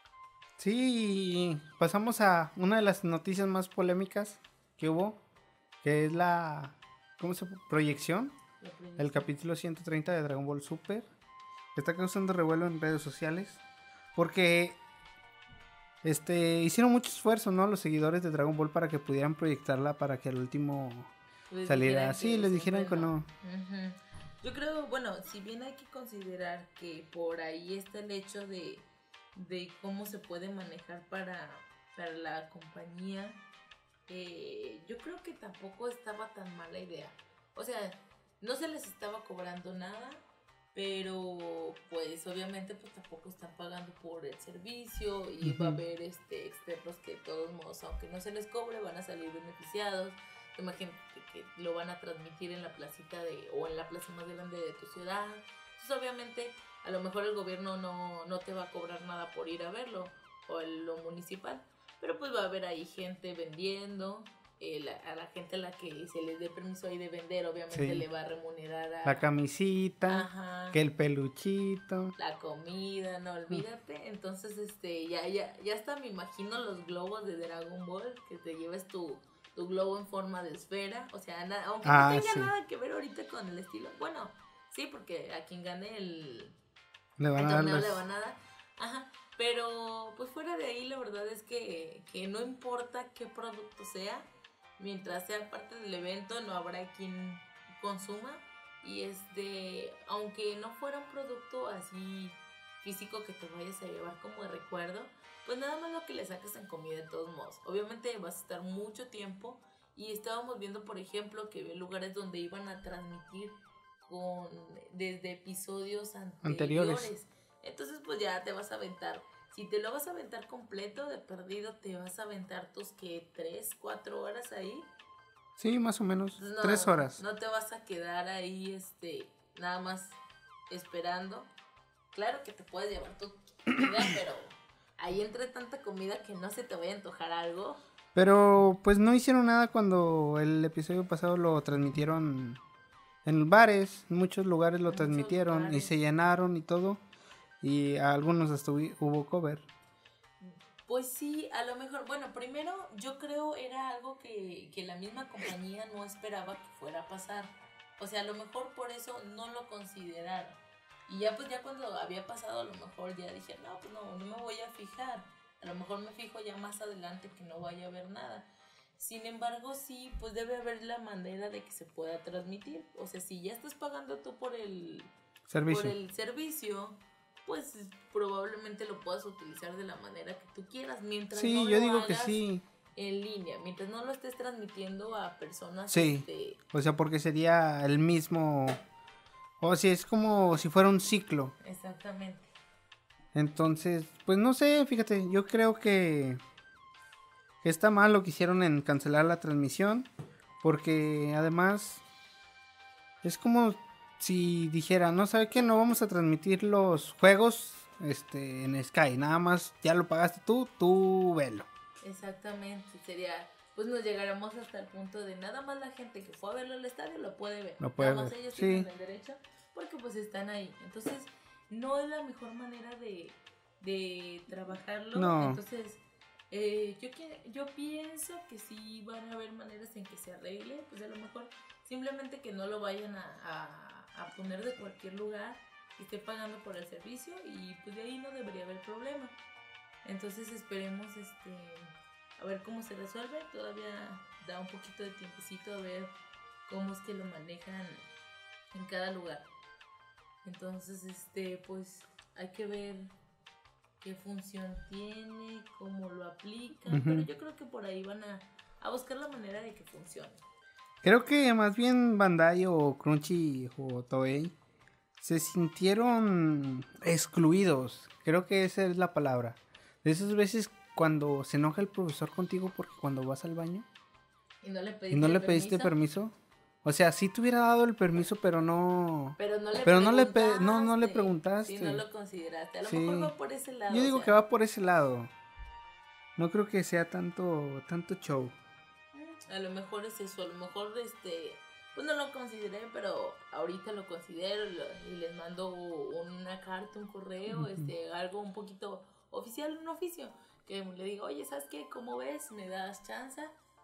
Sí, pasamos a una de las noticias más polémicas que hubo, que es la ¿cómo se llama? proyección, la proyección. El capítulo ciento treinta de Dragon Ball Super. Está causando revuelo en redes sociales porque este hicieron mucho esfuerzo, ¿no? Los seguidores de Dragon Ball para que pudieran proyectarla, para que al último les saliera así, les dijeran que no. Uh-huh. Yo creo, bueno, si bien hay que considerar que por ahí está el hecho de, de cómo se puede manejar para, para la compañía, eh, yo creo que tampoco estaba tan mala idea. O sea, no se les estaba cobrando nada, pero pues obviamente pues tampoco están pagando por el servicio y uh-huh. va a haber este externos que de todos modos, aunque no se les cobre, van a salir beneficiados. Imagínate que lo van a transmitir en la placita de o en la plaza más grande de tu ciudad. Entonces obviamente a lo mejor el gobierno no, no te va a cobrar nada por ir a verlo o el, lo municipal, pero pues va a haber ahí gente vendiendo, eh, la, a la gente a la que se les dé permiso ahí de vender obviamente sí. le va a remunerar a, la camisita, ajá, que el peluchito, la comida, no olvídate. Entonces este ya ya ya hasta me imagino los globos de Dragon Ball, que te lleves tu tu globo en forma de esfera, o sea, na- aunque ah, no tenga sí. nada que ver ahorita con el estilo, bueno, sí, porque a quien gane el, le van el a torneo las... le van a dar, ajá, pero pues fuera de ahí la verdad es que, que no importa qué producto sea, mientras sea parte del evento no habrá quien consuma, y este, aunque no fuera un producto así físico que te vayas a llevar como de recuerdo, pues nada más lo que le saques en comida de todos modos. Obviamente vas a estar mucho tiempo y estábamos viendo, por ejemplo, que había lugares donde iban a transmitir con desde episodios anteriores. anteriores. Entonces pues ya te vas a aventar. Si te lo vas a aventar completo, de perdido te vas a aventar tus que tres, cuatro horas ahí. Sí, más o menos, no, tres horas. No te vas a quedar ahí este nada más esperando. Claro que te puedes llevar tu comida, pero ahí entre tanta comida que no se te vaya a antojar algo. Pero pues no hicieron nada cuando el episodio pasado lo transmitieron en bares, en muchos lugares lo en transmitieron lugares. Y se llenaron y todo. Y a algunos hasta hubo cover. Pues sí, a lo mejor, bueno, primero yo creo era algo que, que la misma compañía no esperaba que fuera a pasar. O sea, a lo mejor por eso no lo consideraron. Y ya pues ya cuando había pasado, a lo mejor ya dije, no, pues no, no me voy a fijar. A lo mejor me fijo ya más adelante que no vaya a haber nada. Sin embargo, sí, pues debe haber la manera de que se pueda transmitir. O sea, si ya estás pagando tú por el servicio, por el servicio, pues probablemente lo puedas utilizar de la manera que tú quieras. Mientras sí, no yo lo digo hagas que sí. En línea, mientras no lo estés transmitiendo a personas. Sí, este... o sea, porque sería el mismo. O sea, es como si fuera un ciclo. Exactamente. Entonces, pues no sé, fíjate, yo creo que está mal lo que hicieron en cancelar la transmisión, porque además es como si dijera, no, ¿sabe qué? No vamos a transmitir los juegos este, en Sky, nada más ya lo pagaste tú, tú velo. Exactamente, sería, pues nos llegaremos hasta el punto de nada más la gente que fue a verlo al estadio lo puede ver. Lo puede nada más ver. ellos Sí. tienen el derecho porque pues están ahí. Entonces, no es la mejor manera de, de trabajarlo. No. Entonces, eh, yo, yo pienso que sí van a haber maneras en que se arregle. Pues a lo mejor simplemente que no lo vayan a, a, a poner de cualquier lugar, que esté pagando por el servicio y pues de ahí no debería haber problema. Entonces esperemos este a ver cómo se resuelve. Todavía da un poquito de tiempecito a ver cómo es que lo manejan en cada lugar. Entonces este pues hay que ver qué función tiene, cómo lo aplican. Uh-huh. Pero yo creo que por ahí van a, a buscar la manera de que funcione. Creo que más bien Bandai o Crunchy o Toei se sintieron excluidos. Creo que esa es la palabra. De esas veces cuando se enoja el profesor contigo porque cuando vas al baño y no le pediste, ¿y no le pediste permiso? permiso. O sea, sí te hubiera dado el permiso, pero no. Pero no le pero no le, pe- no, no le preguntaste. Sí, no lo consideraste. A lo sí. mejor va por ese lado. Yo digo o sea, que va por ese lado. No creo que sea tanto, tanto show. A lo mejor es eso. A lo mejor este. Pues no lo consideré, pero ahorita lo considero y les mando una carta, un correo, uh-huh. este, algo un poquito oficial, un oficio, que le digo, oye, ¿sabes qué? ¿Cómo ves? ¿Me das chance?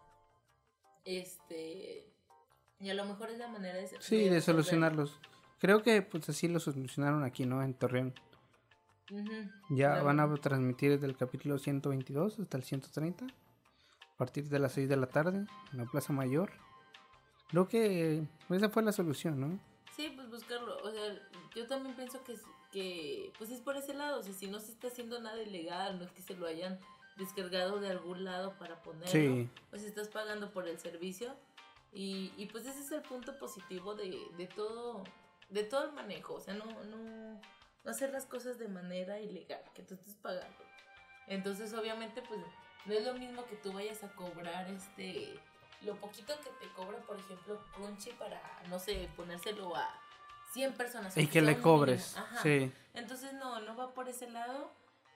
Este, y a lo mejor es la manera de... Sí, de, de solucionarlos. Creo que pues así lo solucionaron aquí, ¿no? En Torreón. Uh-huh. Ya claro. Van a transmitir desde el capítulo ciento veintidós hasta el ciento treinta, a partir de las seis de la tarde, en la Plaza Mayor. Creo que esa fue la solución, ¿no? Sí, pues buscarlo. O sea, yo también pienso que, que pues es por ese lado. O sea, si no se está haciendo nada ilegal, no es que se lo hayan descargado de algún lado para ponerlo. Sí. Pues estás pagando por el servicio. Y, y pues ese es el punto positivo de, de todo de todo el manejo. O sea, no, no, no hacer las cosas de manera ilegal, que tú estés pagando. Entonces, obviamente, pues no es lo mismo que tú vayas a cobrar este... lo poquito que te cobra, por ejemplo, Crunchy para, no sé, ponérselo a cien personas. Y que le cobres. Sí. Entonces, no, no va por ese lado.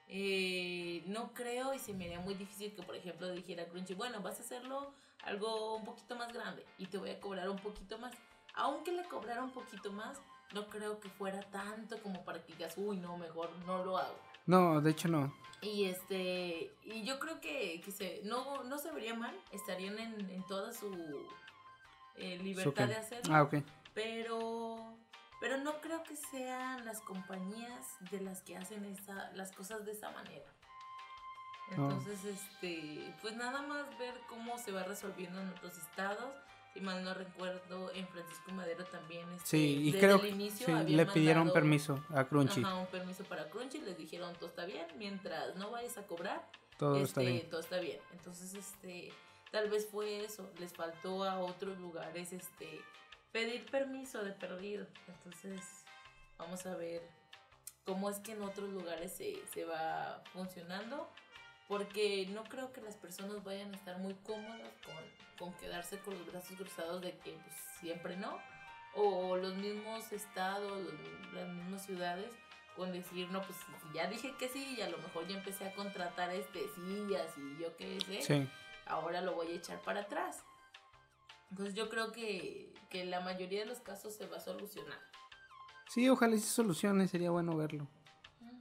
Eh, no creo y se me haría muy difícil que, por ejemplo, dijera Crunchy, bueno, vas a hacerlo algo un poquito más grande y te voy a cobrar un poquito más. Aunque le cobrara un poquito más, no creo que fuera tanto como para que digas, uy, no, mejor no lo hago. No, de hecho no. Y este y yo creo que, que se no, no se vería mal, estarían en, en toda su eh, libertad okay. de hacerlo. Ah, ok. Pero pero no creo que sean las compañías de las que hacen esa, las cosas de esa manera. Entonces, oh. este, pues nada más ver cómo se va resolviendo en otros estados. Si mal no recuerdo, en Francisco Madero también este, sí, y desde creo el inicio sí, habían le pidieron mandado, permiso a Crunchy. Ajá, un permiso para Crunchy, les dijeron todo está bien, mientras no vayas a cobrar, todo este, está bien. Todo está bien. Entonces, este, tal vez fue eso, les faltó a otros lugares este pedir permiso de perdido. Entonces, vamos a ver cómo es que en otros lugares se, se va funcionando. Porque no creo que las personas vayan a estar muy cómodas con, con quedarse con los brazos cruzados de que pues, siempre no. O los mismos estados, los, las mismas ciudades, con decir, no, pues ya dije que sí y a lo mejor ya empecé a contratar este sillas y yo qué sé. Sí. Ahora lo voy a echar para atrás. Entonces yo creo que, que la mayoría de los casos se va a solucionar. Sí, ojalá se solucione, sería bueno verlo.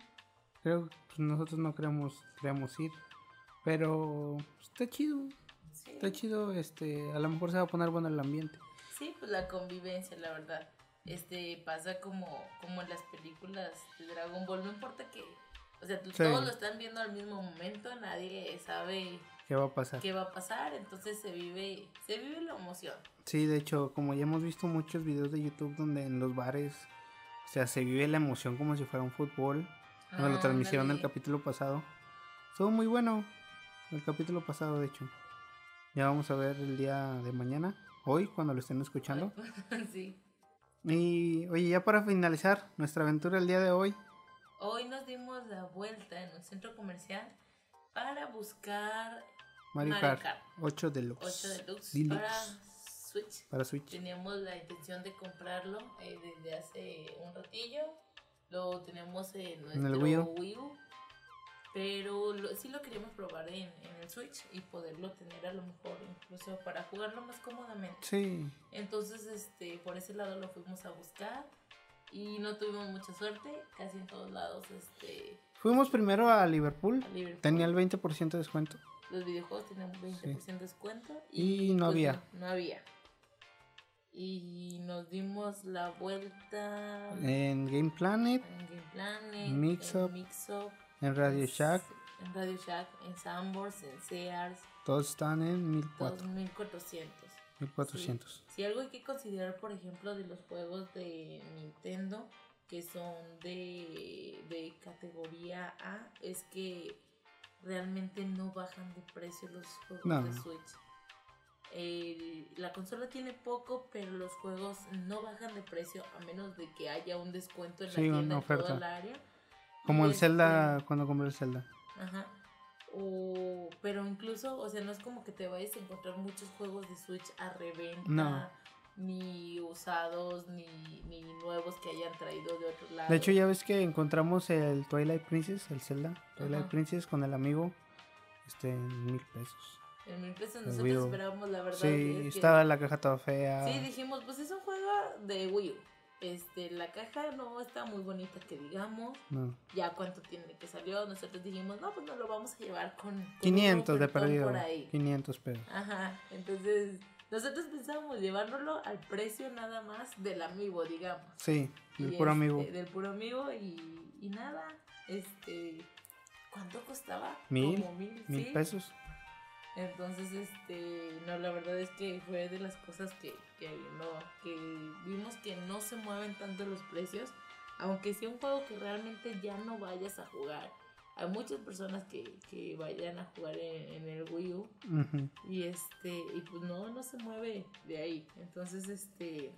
Creo que pues, nosotros no queremos, queremos ir. Pero está chido. Sí. Está chido, este, a lo mejor se va a poner bueno el ambiente. Sí, pues la convivencia, la verdad. Este, pasa como, como en las películas de Dragon Ball, no importa que, o sea, sí. todos lo están viendo al mismo momento, nadie sabe qué va a pasar. Qué va a pasar, entonces se vive, se vive la emoción. Sí, de hecho, como ya hemos visto muchos videos de YouTube donde en los bares, o sea, se vive la emoción como si fuera un fútbol. Ah, Nos lo transmitieron el capítulo pasado. Estuvo muy bueno el capítulo pasado, de hecho. Ya vamos a ver el día de mañana, hoy, cuando lo estén escuchando. Sí. Y, oye, ya para finalizar nuestra aventura el día de hoy. Hoy nos dimos la vuelta en un centro comercial para buscar Mario, Mario Kart, Kart ocho Deluxe. ocho Deluxe, Deluxe. Para Switch. Para Switch. Teníamos la intención de comprarlo eh, desde hace un ratillo. Lo tenemos en nuestro en el Wii U. Wii U. Pero lo, sí lo queríamos probar en, en el Switch y poderlo tener a lo mejor incluso para jugarlo más cómodamente. Sí. Entonces, este, por ese lado lo fuimos a buscar y no tuvimos mucha suerte, casi en todos lados, este. Fuimos primero a Liverpool, a Liverpool. Tenía el veinte por ciento de descuento. Los videojuegos tenían veinte por ciento de descuento y, y no pues, había. No, no había. Y nos dimos la vuelta en Game Planet, en Game Planet, Mix Up, en, Mix Up, en Radio Shack, en Radio Shack, en Sanborns, en Sears. Todos están en mil cuatrocientos. mil cuatrocientos. Sí. Sí, algo hay que considerar, por ejemplo, de los juegos de Nintendo que son de, de categoría A, es que realmente no bajan de precio los juegos no. de Switch. El, la consola tiene poco, pero los juegos no bajan de precio a menos de que haya un descuento en sí, la tienda en toda el área. Como y el este, Zelda, cuando compré el Zelda. Ajá. O, pero incluso, o sea, no es como que te vayas a encontrar muchos juegos de Switch a reventa, no. ni usados, ni, ni nuevos que hayan traído de otro lado. De hecho, ya ves que encontramos el Twilight Princess, el Zelda, Twilight Ajá. Princess con el amigo, este, en mil pesos. En mil pesos nosotros Wii U. Esperábamos, la verdad. Sí, es estaba que, la caja toda fea. Sí, dijimos, pues es un juego de Wii U. Este, la caja no está muy bonita que digamos. No. Ya cuánto tiene que salió, nosotros dijimos, no, pues no lo vamos a llevar con, con quinientos de perdido. Por ahí. quinientos pesos. Ajá, entonces nosotros pensábamos llevárnoslo al precio nada más del amigo, digamos. Sí, del y puro este, amigo. Del puro amigo y, y nada, este, ¿cuánto costaba? Mil, Como mil, mil ¿sí? pesos. Entonces, este, no, la verdad es que fue de las cosas que, que no, que vimos que no se mueven tanto los precios, aunque sea un juego que realmente ya no vayas a jugar. Hay muchas personas que, que vayan a jugar en, en el Wii U uh-huh. y este, y pues no, no se mueve de ahí. Entonces, este,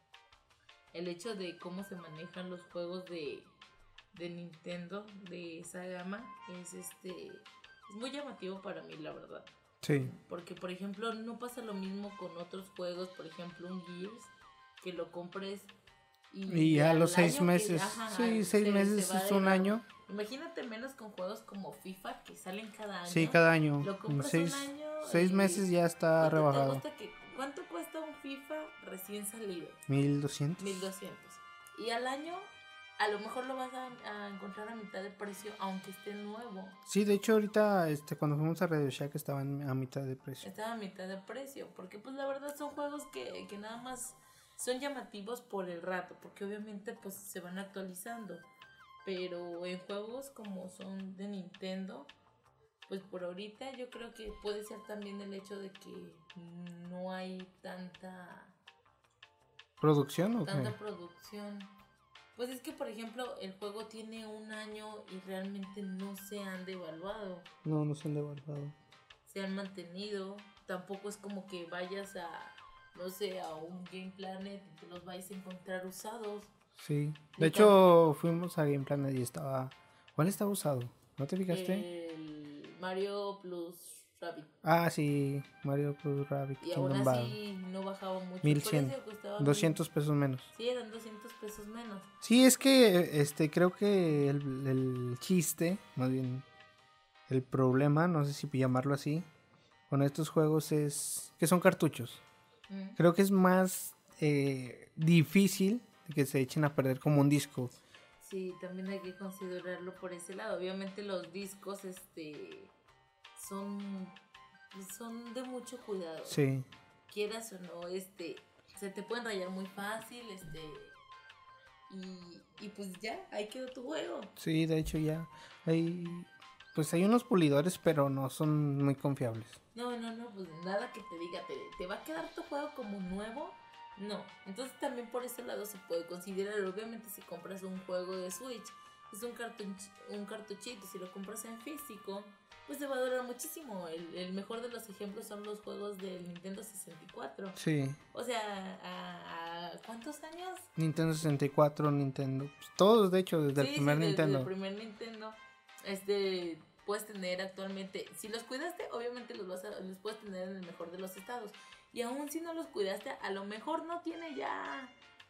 el hecho de cómo se manejan los juegos de, de Nintendo, de esa gama, es este, es muy llamativo para mí, la verdad. Sí. Porque, por ejemplo, no pasa lo mismo con otros juegos, por ejemplo, un Gears, que lo compres y, y a los seis meses, que, ajá, sí, seis se, meses se es un la... año. Imagínate menos con juegos como FIFA que salen cada año. Sí, cada año. Lo compras seis, un año. Seis meses ya está rebajado. Te que, ¿Cuánto cuesta un FIFA recién salido? Mil doscientos. Mil doscientos. Y al año a lo mejor lo vas a, a encontrar a mitad de precio, aunque esté nuevo. Sí, de hecho ahorita este cuando fuimos a Radio Shack estaba en, a mitad de precio. Estaba a mitad de precio, porque pues la verdad son juegos que, que nada más son llamativos por el rato, porque obviamente pues se van actualizando. Pero en juegos como son de Nintendo, pues por ahorita yo creo que puede ser también el hecho de que no hay tanta... ¿Producción o Tanta qué? producción. Pues es que, por ejemplo, el juego tiene un año y realmente no se han devaluado. No, no se han devaluado. Se han mantenido. Tampoco es como que vayas a, no sé, a un Game Planet y te los vayas a encontrar usados. Sí. De hecho, fuimos a Game Planet y estaba... ¿Cuál estaba usado? ¿No te fijaste? El Mario Plus Rabbit. Ah, sí. Mario Plus Rabbit. Y aún así Battle. No bajaba mucho. mil cien. doscientos mil... pesos menos. Sí, eran doscientos pesos menos. Sí, es que este creo que el, el chiste, más bien el problema, no sé si llamarlo así, con estos juegos es que son cartuchos. Mm. Creo que es más eh, difícil que se echen a perder como un disco. Sí, también hay que considerarlo por ese lado. Obviamente los discos, este, son, son de mucho cuidado. Sí. Quieras o no, este, se te pueden rayar muy fácil, este, y, y pues ya, ahí quedó tu juego. Sí, de hecho ya hay, pues hay unos pulidores, pero no son muy confiables. No, no, no, pues nada que te diga, te, te va a quedar tu juego como nuevo. No, entonces también por ese lado se puede considerar. Obviamente si compras un juego de Switch, es un, cartuch, un cartuchito, si lo compras en físico, pues te va a durar muchísimo. El, el mejor de los ejemplos son los juegos del Nintendo sesenta y cuatro. Sí. O sea, ¿a, a cuántos años? Nintendo sesenta y cuatro, Nintendo, pues todos de hecho, desde sí, el primer sí, Nintendo. Desde el primer Nintendo, este, puedes tener actualmente, si los cuidaste, obviamente los, vas a, los puedes tener en el mejor de los estados. Y aún si no los cuidaste, a lo mejor no tiene ya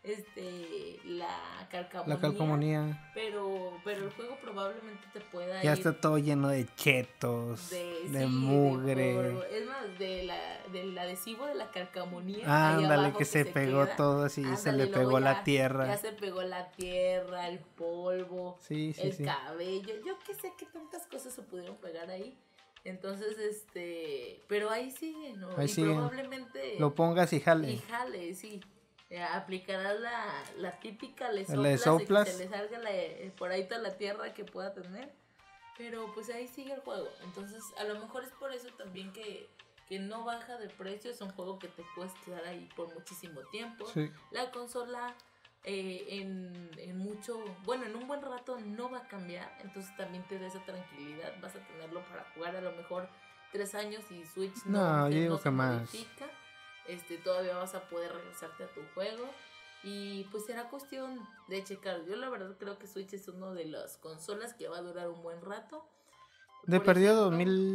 este la calcamonía. La calcamonía. Pero, pero el juego probablemente te pueda ya ir. está todo lleno de chetos, de, de sí, mugre. De, es más, de la, del adhesivo de la calcamonía. Ah, ándale, que, que se, se pegó queda. todo así, ándale, se le pegó ya, la tierra. Ya se pegó la tierra, el polvo, sí, sí, el sí. cabello. Yo qué sé qué tantas cosas se pudieron pegar ahí. Entonces, este, pero ahí sigue, ¿no? Ahí y sigue. Probablemente lo pongas y jale. Y jale, sí. Eh, aplicarás la, la típica, le soplas, le soplas. Y que se le salga la, por ahí toda la tierra que pueda tener. Pero pues ahí sigue el juego. Entonces, a lo mejor es por eso también que, que no baja de precio. Es un juego que te puedes quedar ahí por muchísimo tiempo. Sí. La consola eh, en, en mucho, bueno, en un buen rato no va a cambiar. Entonces también te da esa tranquilidad. Vas a tenerlo para jugar a lo mejor tres años y Switch no, no, te, yo digo no que se más. modifica. Este, todavía vas a poder regresarte a tu juego. Y pues será cuestión de checar. Yo la verdad creo que Switch es una de las consolas que va a durar un buen rato. De perdido dos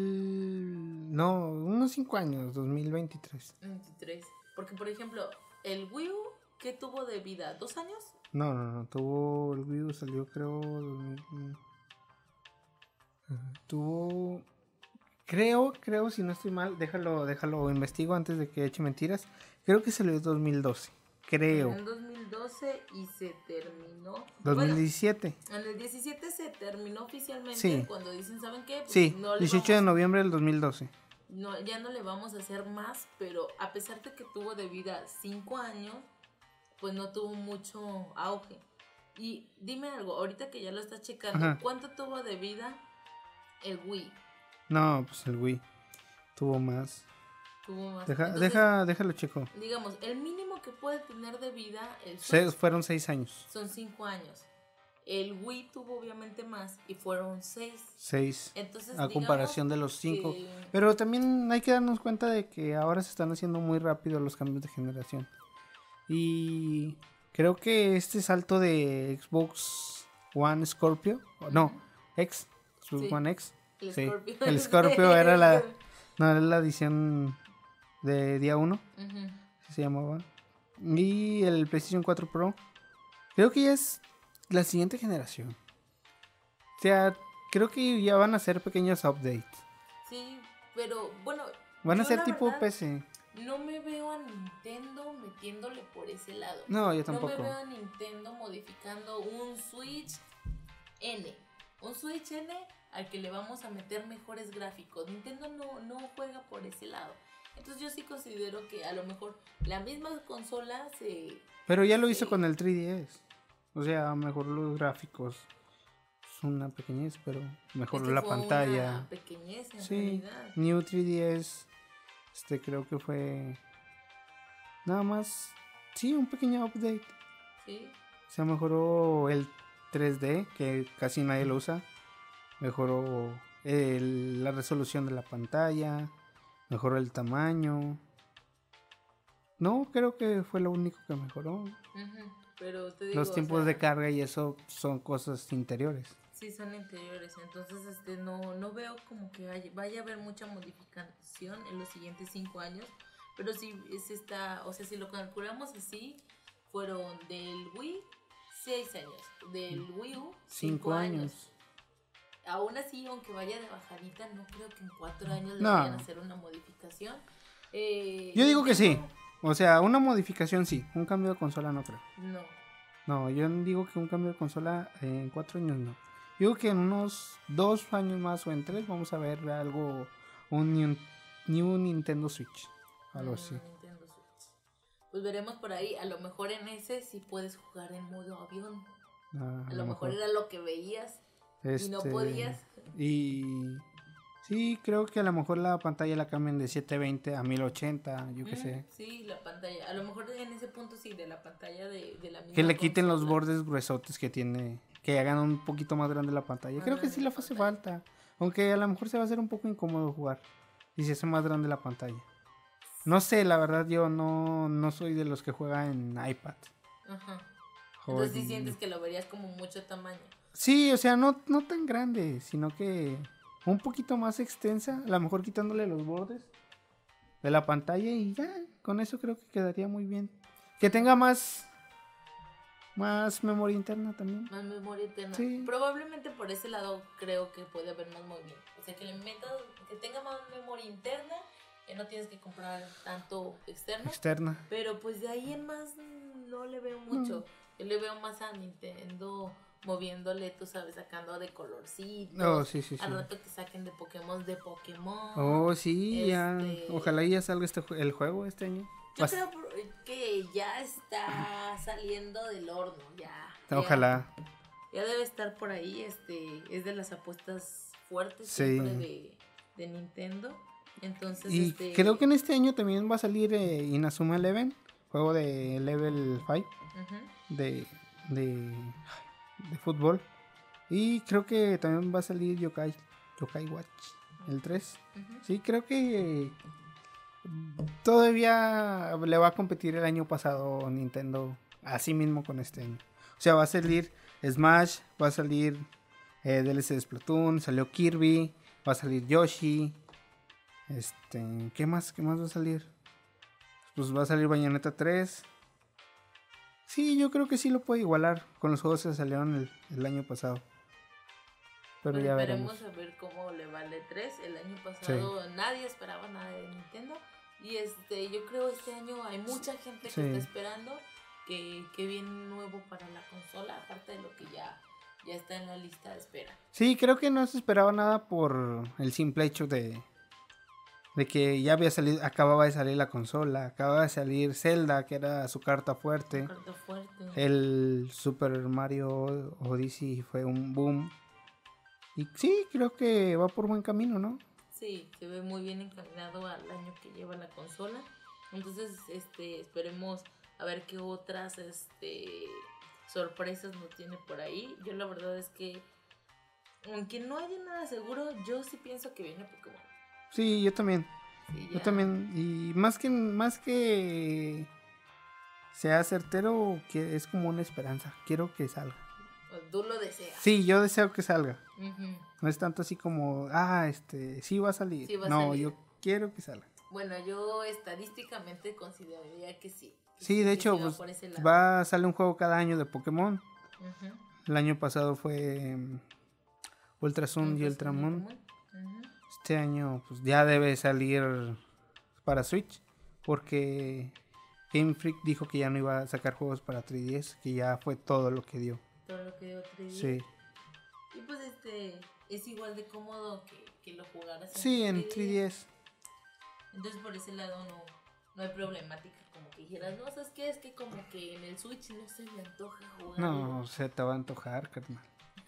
mil... No, unos cinco años, dos mil veintitrés. veintitrés. Porque por ejemplo, el Wii U, ¿qué tuvo de vida? ¿Dos años? No, no, no. Tuvo... El Wii U salió creo... dos mil... Tuvo... Creo, creo, si no estoy mal, déjalo, déjalo, investigo antes de que eche mentiras. Creo que salió en dos mil doce, creo. En dos mil doce y se terminó. dos mil diecisiete. Bueno, en el diecisiete se terminó oficialmente. Sí. Cuando dicen, ¿saben qué? Pues sí, no le dieciocho vamos, de noviembre del dos mil doce. No, ya no le vamos a hacer más, pero a pesar de que tuvo de vida cinco años, pues no tuvo mucho auge. Y dime algo, ahorita que ya lo estás checando, ajá, ¿cuánto tuvo de vida el Wii? No, pues el Wii tuvo más. Tuvo más. Deja, Entonces, deja, déjalo checo. Digamos, el mínimo que puede tener de vida el Switch, Se, fueron seis años. Son cinco años. El Wii tuvo obviamente más y fueron seis. Seis. Entonces, a comparación de los cinco. Que... Pero también hay que darnos cuenta de que ahora se están haciendo muy rápido los cambios de generación. Y creo que este salto de Xbox One Scorpio, no, X, Xbox sí. One X. El sí, Scorpio. el Scorpio era la, no, era la edición de día uno, uh-huh. Se llamaba. Y el PlayStation cuatro Pro, creo que ya es la siguiente generación. O sea, creo que ya van a ser pequeños updates. Sí, pero bueno. Van a ser tipo verdad, P C. No me veo a Nintendo metiéndole por ese lado. No, yo tampoco. No me veo a Nintendo modificando un Switch N. Un Switch N al que le vamos a meter mejores gráficos. Nintendo no, no juega por ese lado. Entonces yo sí considero que a lo mejor la misma consola se... Pero ya lo se... hizo con el tres D S. O sea, mejoró los gráficos. Es una pequeñez, pero mejoró este la fue pantalla. Una pequeñez en sí, realidad. New tres D S. Este creo que fue... Nada más... Sí, un pequeño update. Sí. O sea, mejoró el tres D, que casi nadie lo usa. Mejoró el, la resolución de la pantalla. Mejoró el tamaño. No, creo que fue lo único que mejoró. Uh-huh. Pero te digo, los tiempos o sea, de carga y eso son cosas interiores. Sí, son interiores. Entonces, este, no, no veo como que vaya, vaya a haber mucha modificación en los siguientes cinco años. Pero sí, es esta, o sea, si lo calculamos así, fueron del Wii seis años, del Wii U cinco años. años. Aún así, aunque vaya de bajadita, no creo que en cuatro años le no. vayan a hacer una modificación. Eh, Yo digo que sí. O sea, una modificación sí. Un cambio de consola no creo. No. No, yo no digo que un cambio de consola en cuatro años no. Digo que en unos dos años más o en tres vamos a ver algo, un new, new Nintendo Switch, algo así. Mm, Nintendo Switch. Pues veremos por ahí, a lo mejor en ese sí puedes jugar en modo avión. Ah, a, a lo mejor, mejor era lo que veías este, y no podías. Y sí, creo que a lo mejor la pantalla la cambian de setecientos veinte a mil ochenta, yo qué mm, sé. Sí, la pantalla, a lo mejor en ese punto sí, de la pantalla de, de la misma que le quiten consola. Los bordes gruesotes que tiene, que hagan un poquito más grande la pantalla. Más creo que sí le hace falta, aunque a lo mejor se va a hacer un poco incómodo jugar y se hace más grande la pantalla. No sé, la verdad yo no, no soy de los que juega en iPad. Ajá. Entonces sí sientes que lo verías como mucho tamaño. Sí, o sea, no, no tan grande, sino que un poquito más extensa, a lo mejor quitándole los bordes de la pantalla y ya, con eso creo que quedaría muy bien. Que tenga más más memoria interna también. Más memoria interna. Sí. Probablemente por ese lado creo que puede haber más movimiento. O sea, que le metas, que tenga más memoria interna, ya no tienes que comprar tanto externo. Externa. Pero pues de ahí en más no le veo mucho. No. Yo le veo más a Nintendo moviéndole, tú sabes, sacando de colorcitos. Oh, sí, sí, sí. Al rato que saquen de Pokémon, de Pokémon. Oh, sí, este... ya. Ojalá ya salga este, el juego este año. Yo Vas... creo que ya está saliendo del horno, ya. Ojalá. Ya, ya debe estar por ahí, este, es de las apuestas fuertes sí. siempre de, de Nintendo. Entonces, y este... creo que en este año también va a salir eh, Inazuma Eleven, juego de Level cinco, uh-huh. de, de, de fútbol. Y creo que también va a salir Yokai, Yokai Watch, el tres. Uh-huh. Sí, creo que todavía le va a competir el año pasado Nintendo así mismo con este año. O sea, va a salir Smash, va a salir eh, D L C de Splatoon, salió Kirby, va a salir Yoshi. Este, ¿qué más? ¿Qué más va a salir? Pues va a salir Bayonetta tres. Sí, yo creo que sí lo puede igualar con los juegos que salieron el, el año pasado. Pero pues ya esperemos veremos. A ver cómo le va el E tres. El año pasado sí. Nadie esperaba nada de Nintendo. Y este, yo creo este año hay mucha gente que sí. está esperando que, que viene nuevo para la consola, aparte de lo que ya, ya está en la lista de espera. Sí, creo que no se esperaba nada por el simple hecho de, de que ya había salido, acababa de salir la consola, acababa de salir Zelda, que era su carta fuerte. Su carta fuerte. El Super Mario Odyssey fue un boom. Y sí, creo que va por buen camino, ¿no? Sí, se ve muy bien encaminado al año que lleva la consola. Entonces, este, esperemos a ver qué otras este, sorpresas nos tiene por ahí. Yo la verdad es que, aunque no haya nada seguro, yo sí pienso que viene Pokémon. Sí, yo también. Sí, yo también. Y más que, más que sea certero, que es como una esperanza. Quiero que salga. Tú lo deseas. Sí, yo deseo que salga. Uh-huh. No es tanto así como, ah, este, sí va a salir. Sí va a no, salir. yo quiero que salga. Bueno, yo estadísticamente consideraría que sí. Que sí, sí, de hecho, pues, va a salir un juego cada año de Pokémon. Uh-huh. El año pasado fue um, Ultra Sun Ultra y Ultramon. Uh-huh. Este año, pues, ya debe salir para Switch, porque Game Freak dijo que ya no iba a sacar juegos para tres D S, que ya fue todo lo que dio. Todo lo que dio tres D S. Sí. Y pues este es igual de cómodo que, que lo jugaras en sí, en tres D S. Entonces por ese lado no, no hay problemática. Como que dijeras, no, ¿sabes qué? Es que como que en el Switch no se me antoja jugar. No, se te va a antojar, carnal.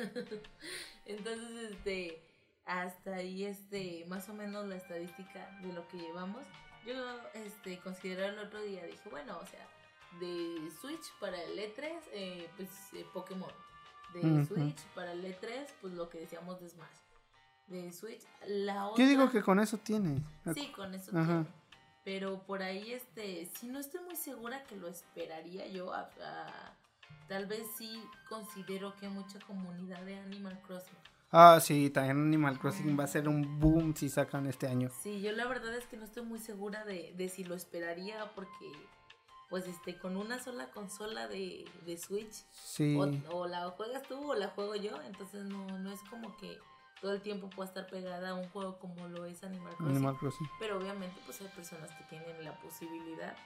Entonces, este, hasta ahí, este, más o menos la estadística de lo que llevamos. Yo, este, consideré el otro día, dije, bueno, o sea, de Switch para el E tres, eh, pues eh, Pokémon. De uh-huh. Switch para el E tres, pues lo que decíamos de Smash. De Switch, la otra... Yo digo que con eso tiene. Sí, con eso uh-huh. tiene. Pero por ahí, este, si no estoy muy segura que lo esperaría yo, a, a, tal vez sí considero que hay mucha comunidad de Animal Crossing. Ah, sí, también Animal Crossing uh-huh. va a ser un boom si sacan este año. Sí, yo la verdad es que no estoy muy segura de, de si lo esperaría porque... Pues este, con una sola consola de, de Switch, sí. o, o la juegas tú o la juego yo, entonces no, no es como que todo el tiempo pueda estar pegada a un juego como lo es Animal Crossing. Animal Crossing. Pero obviamente pues hay personas que tienen la posibilidad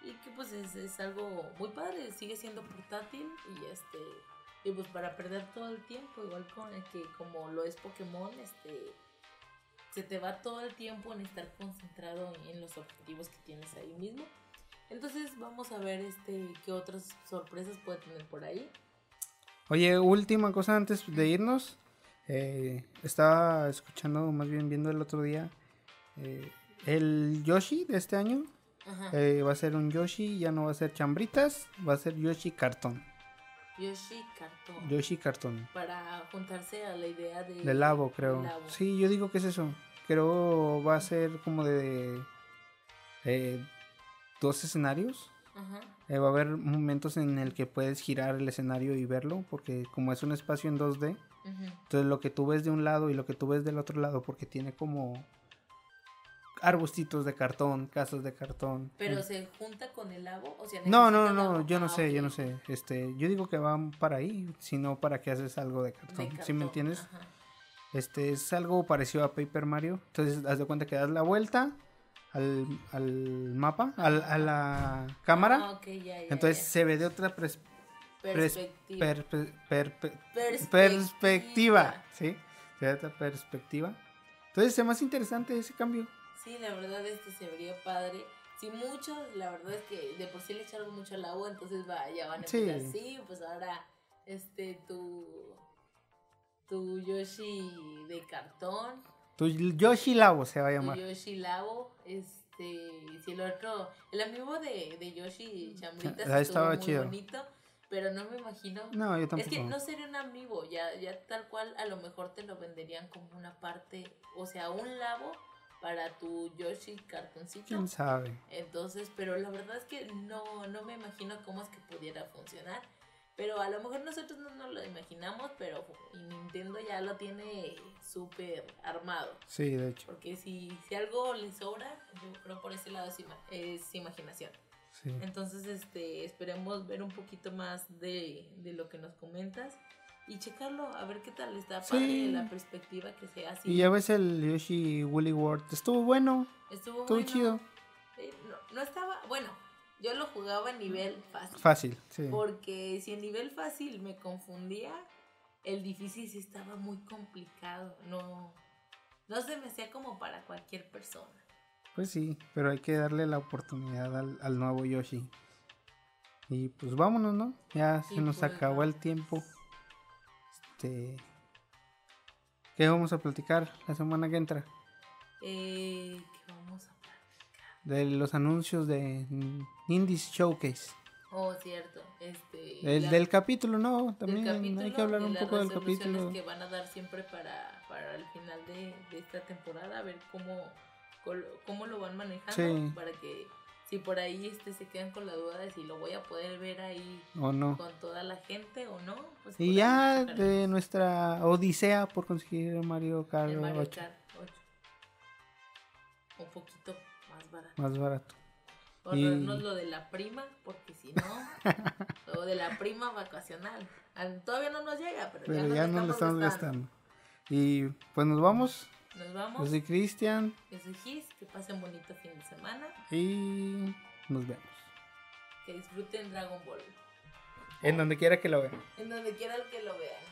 y que pues es, es algo muy padre, sigue siendo portátil y este y pues para perder todo el tiempo, igual con el que como lo es Pokémon, este se te va todo el tiempo en estar concentrado en los objetivos que tienes ahí mismo. Entonces vamos a ver este qué otras sorpresas puede tener por ahí. Oye, última cosa antes de irnos. Eh, estaba escuchando, más bien viendo el otro día, eh, el Yoshi de este año. Eh, va a ser un Yoshi, ya no va a ser chambritas, va a ser Yoshi cartón. Yoshi cartón. Yoshi cartón. Para juntarse a la idea de... De Labo, creo. De Labo. Sí, yo digo que es eso. Creo va a ser como de... Eh, dos escenarios. Ajá. Eh, va a haber momentos en el que puedes girar el escenario y verlo, porque como es un espacio en dos D, uh-huh. Entonces lo que tú ves de un lado y lo que tú ves del otro lado, porque tiene como arbustitos de cartón, casas de cartón. ¿Pero ¿sí? ¿Se junta con el Labo? O sea, no, no, no, no, yo no ah, sé, okay. yo no sé. Este, yo digo que van para ahí, sino para que haces algo de cartón. De cartón. ¿Sí me entiendes? Ajá. Este es algo parecido a Paper Mario. Entonces, haz de cuenta que das la vuelta al, al mapa, al, a la cámara. Ah, okay, ya, ya, entonces ya. se ve de otra pres, perspectiva. Per, per, per, per, perspectiva. perspectiva. ¿Sí? Se ve de otra perspectiva. Entonces es más interesante ese cambio. Sí, la verdad este se vería padre. Sí, muchos, la verdad es que de por sí le echaron mucho al agua, entonces va, ya van a empezar, sí. sí, pues ahora este tu tu Yoshi de cartón. Tu Yoshi Labo se va a llamar. Tu Yoshi Labo, este, si el otro, el amigo de, de Yoshi Chambritas ah, estuvo muy chido. bonito, pero no me imagino. No, yo tampoco. Es que no sería un amigo, ya, ya tal cual a lo mejor te lo venderían como una parte, o sea, un Labo para tu Yoshi cartoncito. ¿Quién sabe? Entonces, pero la verdad es que no, no me imagino cómo es que pudiera funcionar. Pero a lo mejor nosotros no nos lo imaginamos, pero Nintendo ya lo tiene súper armado. Sí, de hecho. Porque si, si algo le sobra, yo creo por ese lado es, ima- es imaginación. Sí. Entonces, este, esperemos ver un poquito más de, de lo que nos comentas. Y checarlo, a ver qué tal está padre sí. la perspectiva que sea así. Y ya ves el Yoshi Woolly World. Estuvo bueno. Estuvo, Estuvo bueno. chido. Eh, no, no estaba, bueno, yo lo jugaba a nivel fácil. Fácil, sí. Porque si en nivel fácil me confundía, el difícil sí estaba muy complicado. No, no se me hacía como para cualquier persona. Pues sí, pero hay que darle la oportunidad al, al nuevo Yoshi. Y pues vámonos, ¿no? Ya se y nos pues, acabó el tiempo. Este, ¿qué vamos a platicar la semana que entra? Eh, ¿Qué vamos a platicar? De los anuncios de Indies Showcase. Oh, cierto. Este, el la, del capítulo, ¿no? También capítulo, hay que hablar de un poco del capítulo. Que van a dar siempre para, para el final de, de esta temporada, a ver cómo, cómo lo van manejando. Sí. Para que si por ahí este se quedan con la duda de si lo voy a poder ver ahí o no, con toda la gente o no. Pues y ya de nuestra odisea por conseguir Mario Kart el Mario ocho. Kart ocho. Un poquito más barato. Más barato. Ahorrarnos y... lo de la prima, porque si no, lo de la prima vacacional. Todavía no nos llega, pero, pero ya, ya nos no lo estamos gastando. gastando. Y pues nos vamos. Nos vamos. Yo soy Cristian. Yo soy Gis. Que pasen bonito fin de semana. Y nos vemos. Que disfruten Dragon Ball. En donde quiera que lo vean. En donde quiera que lo vean.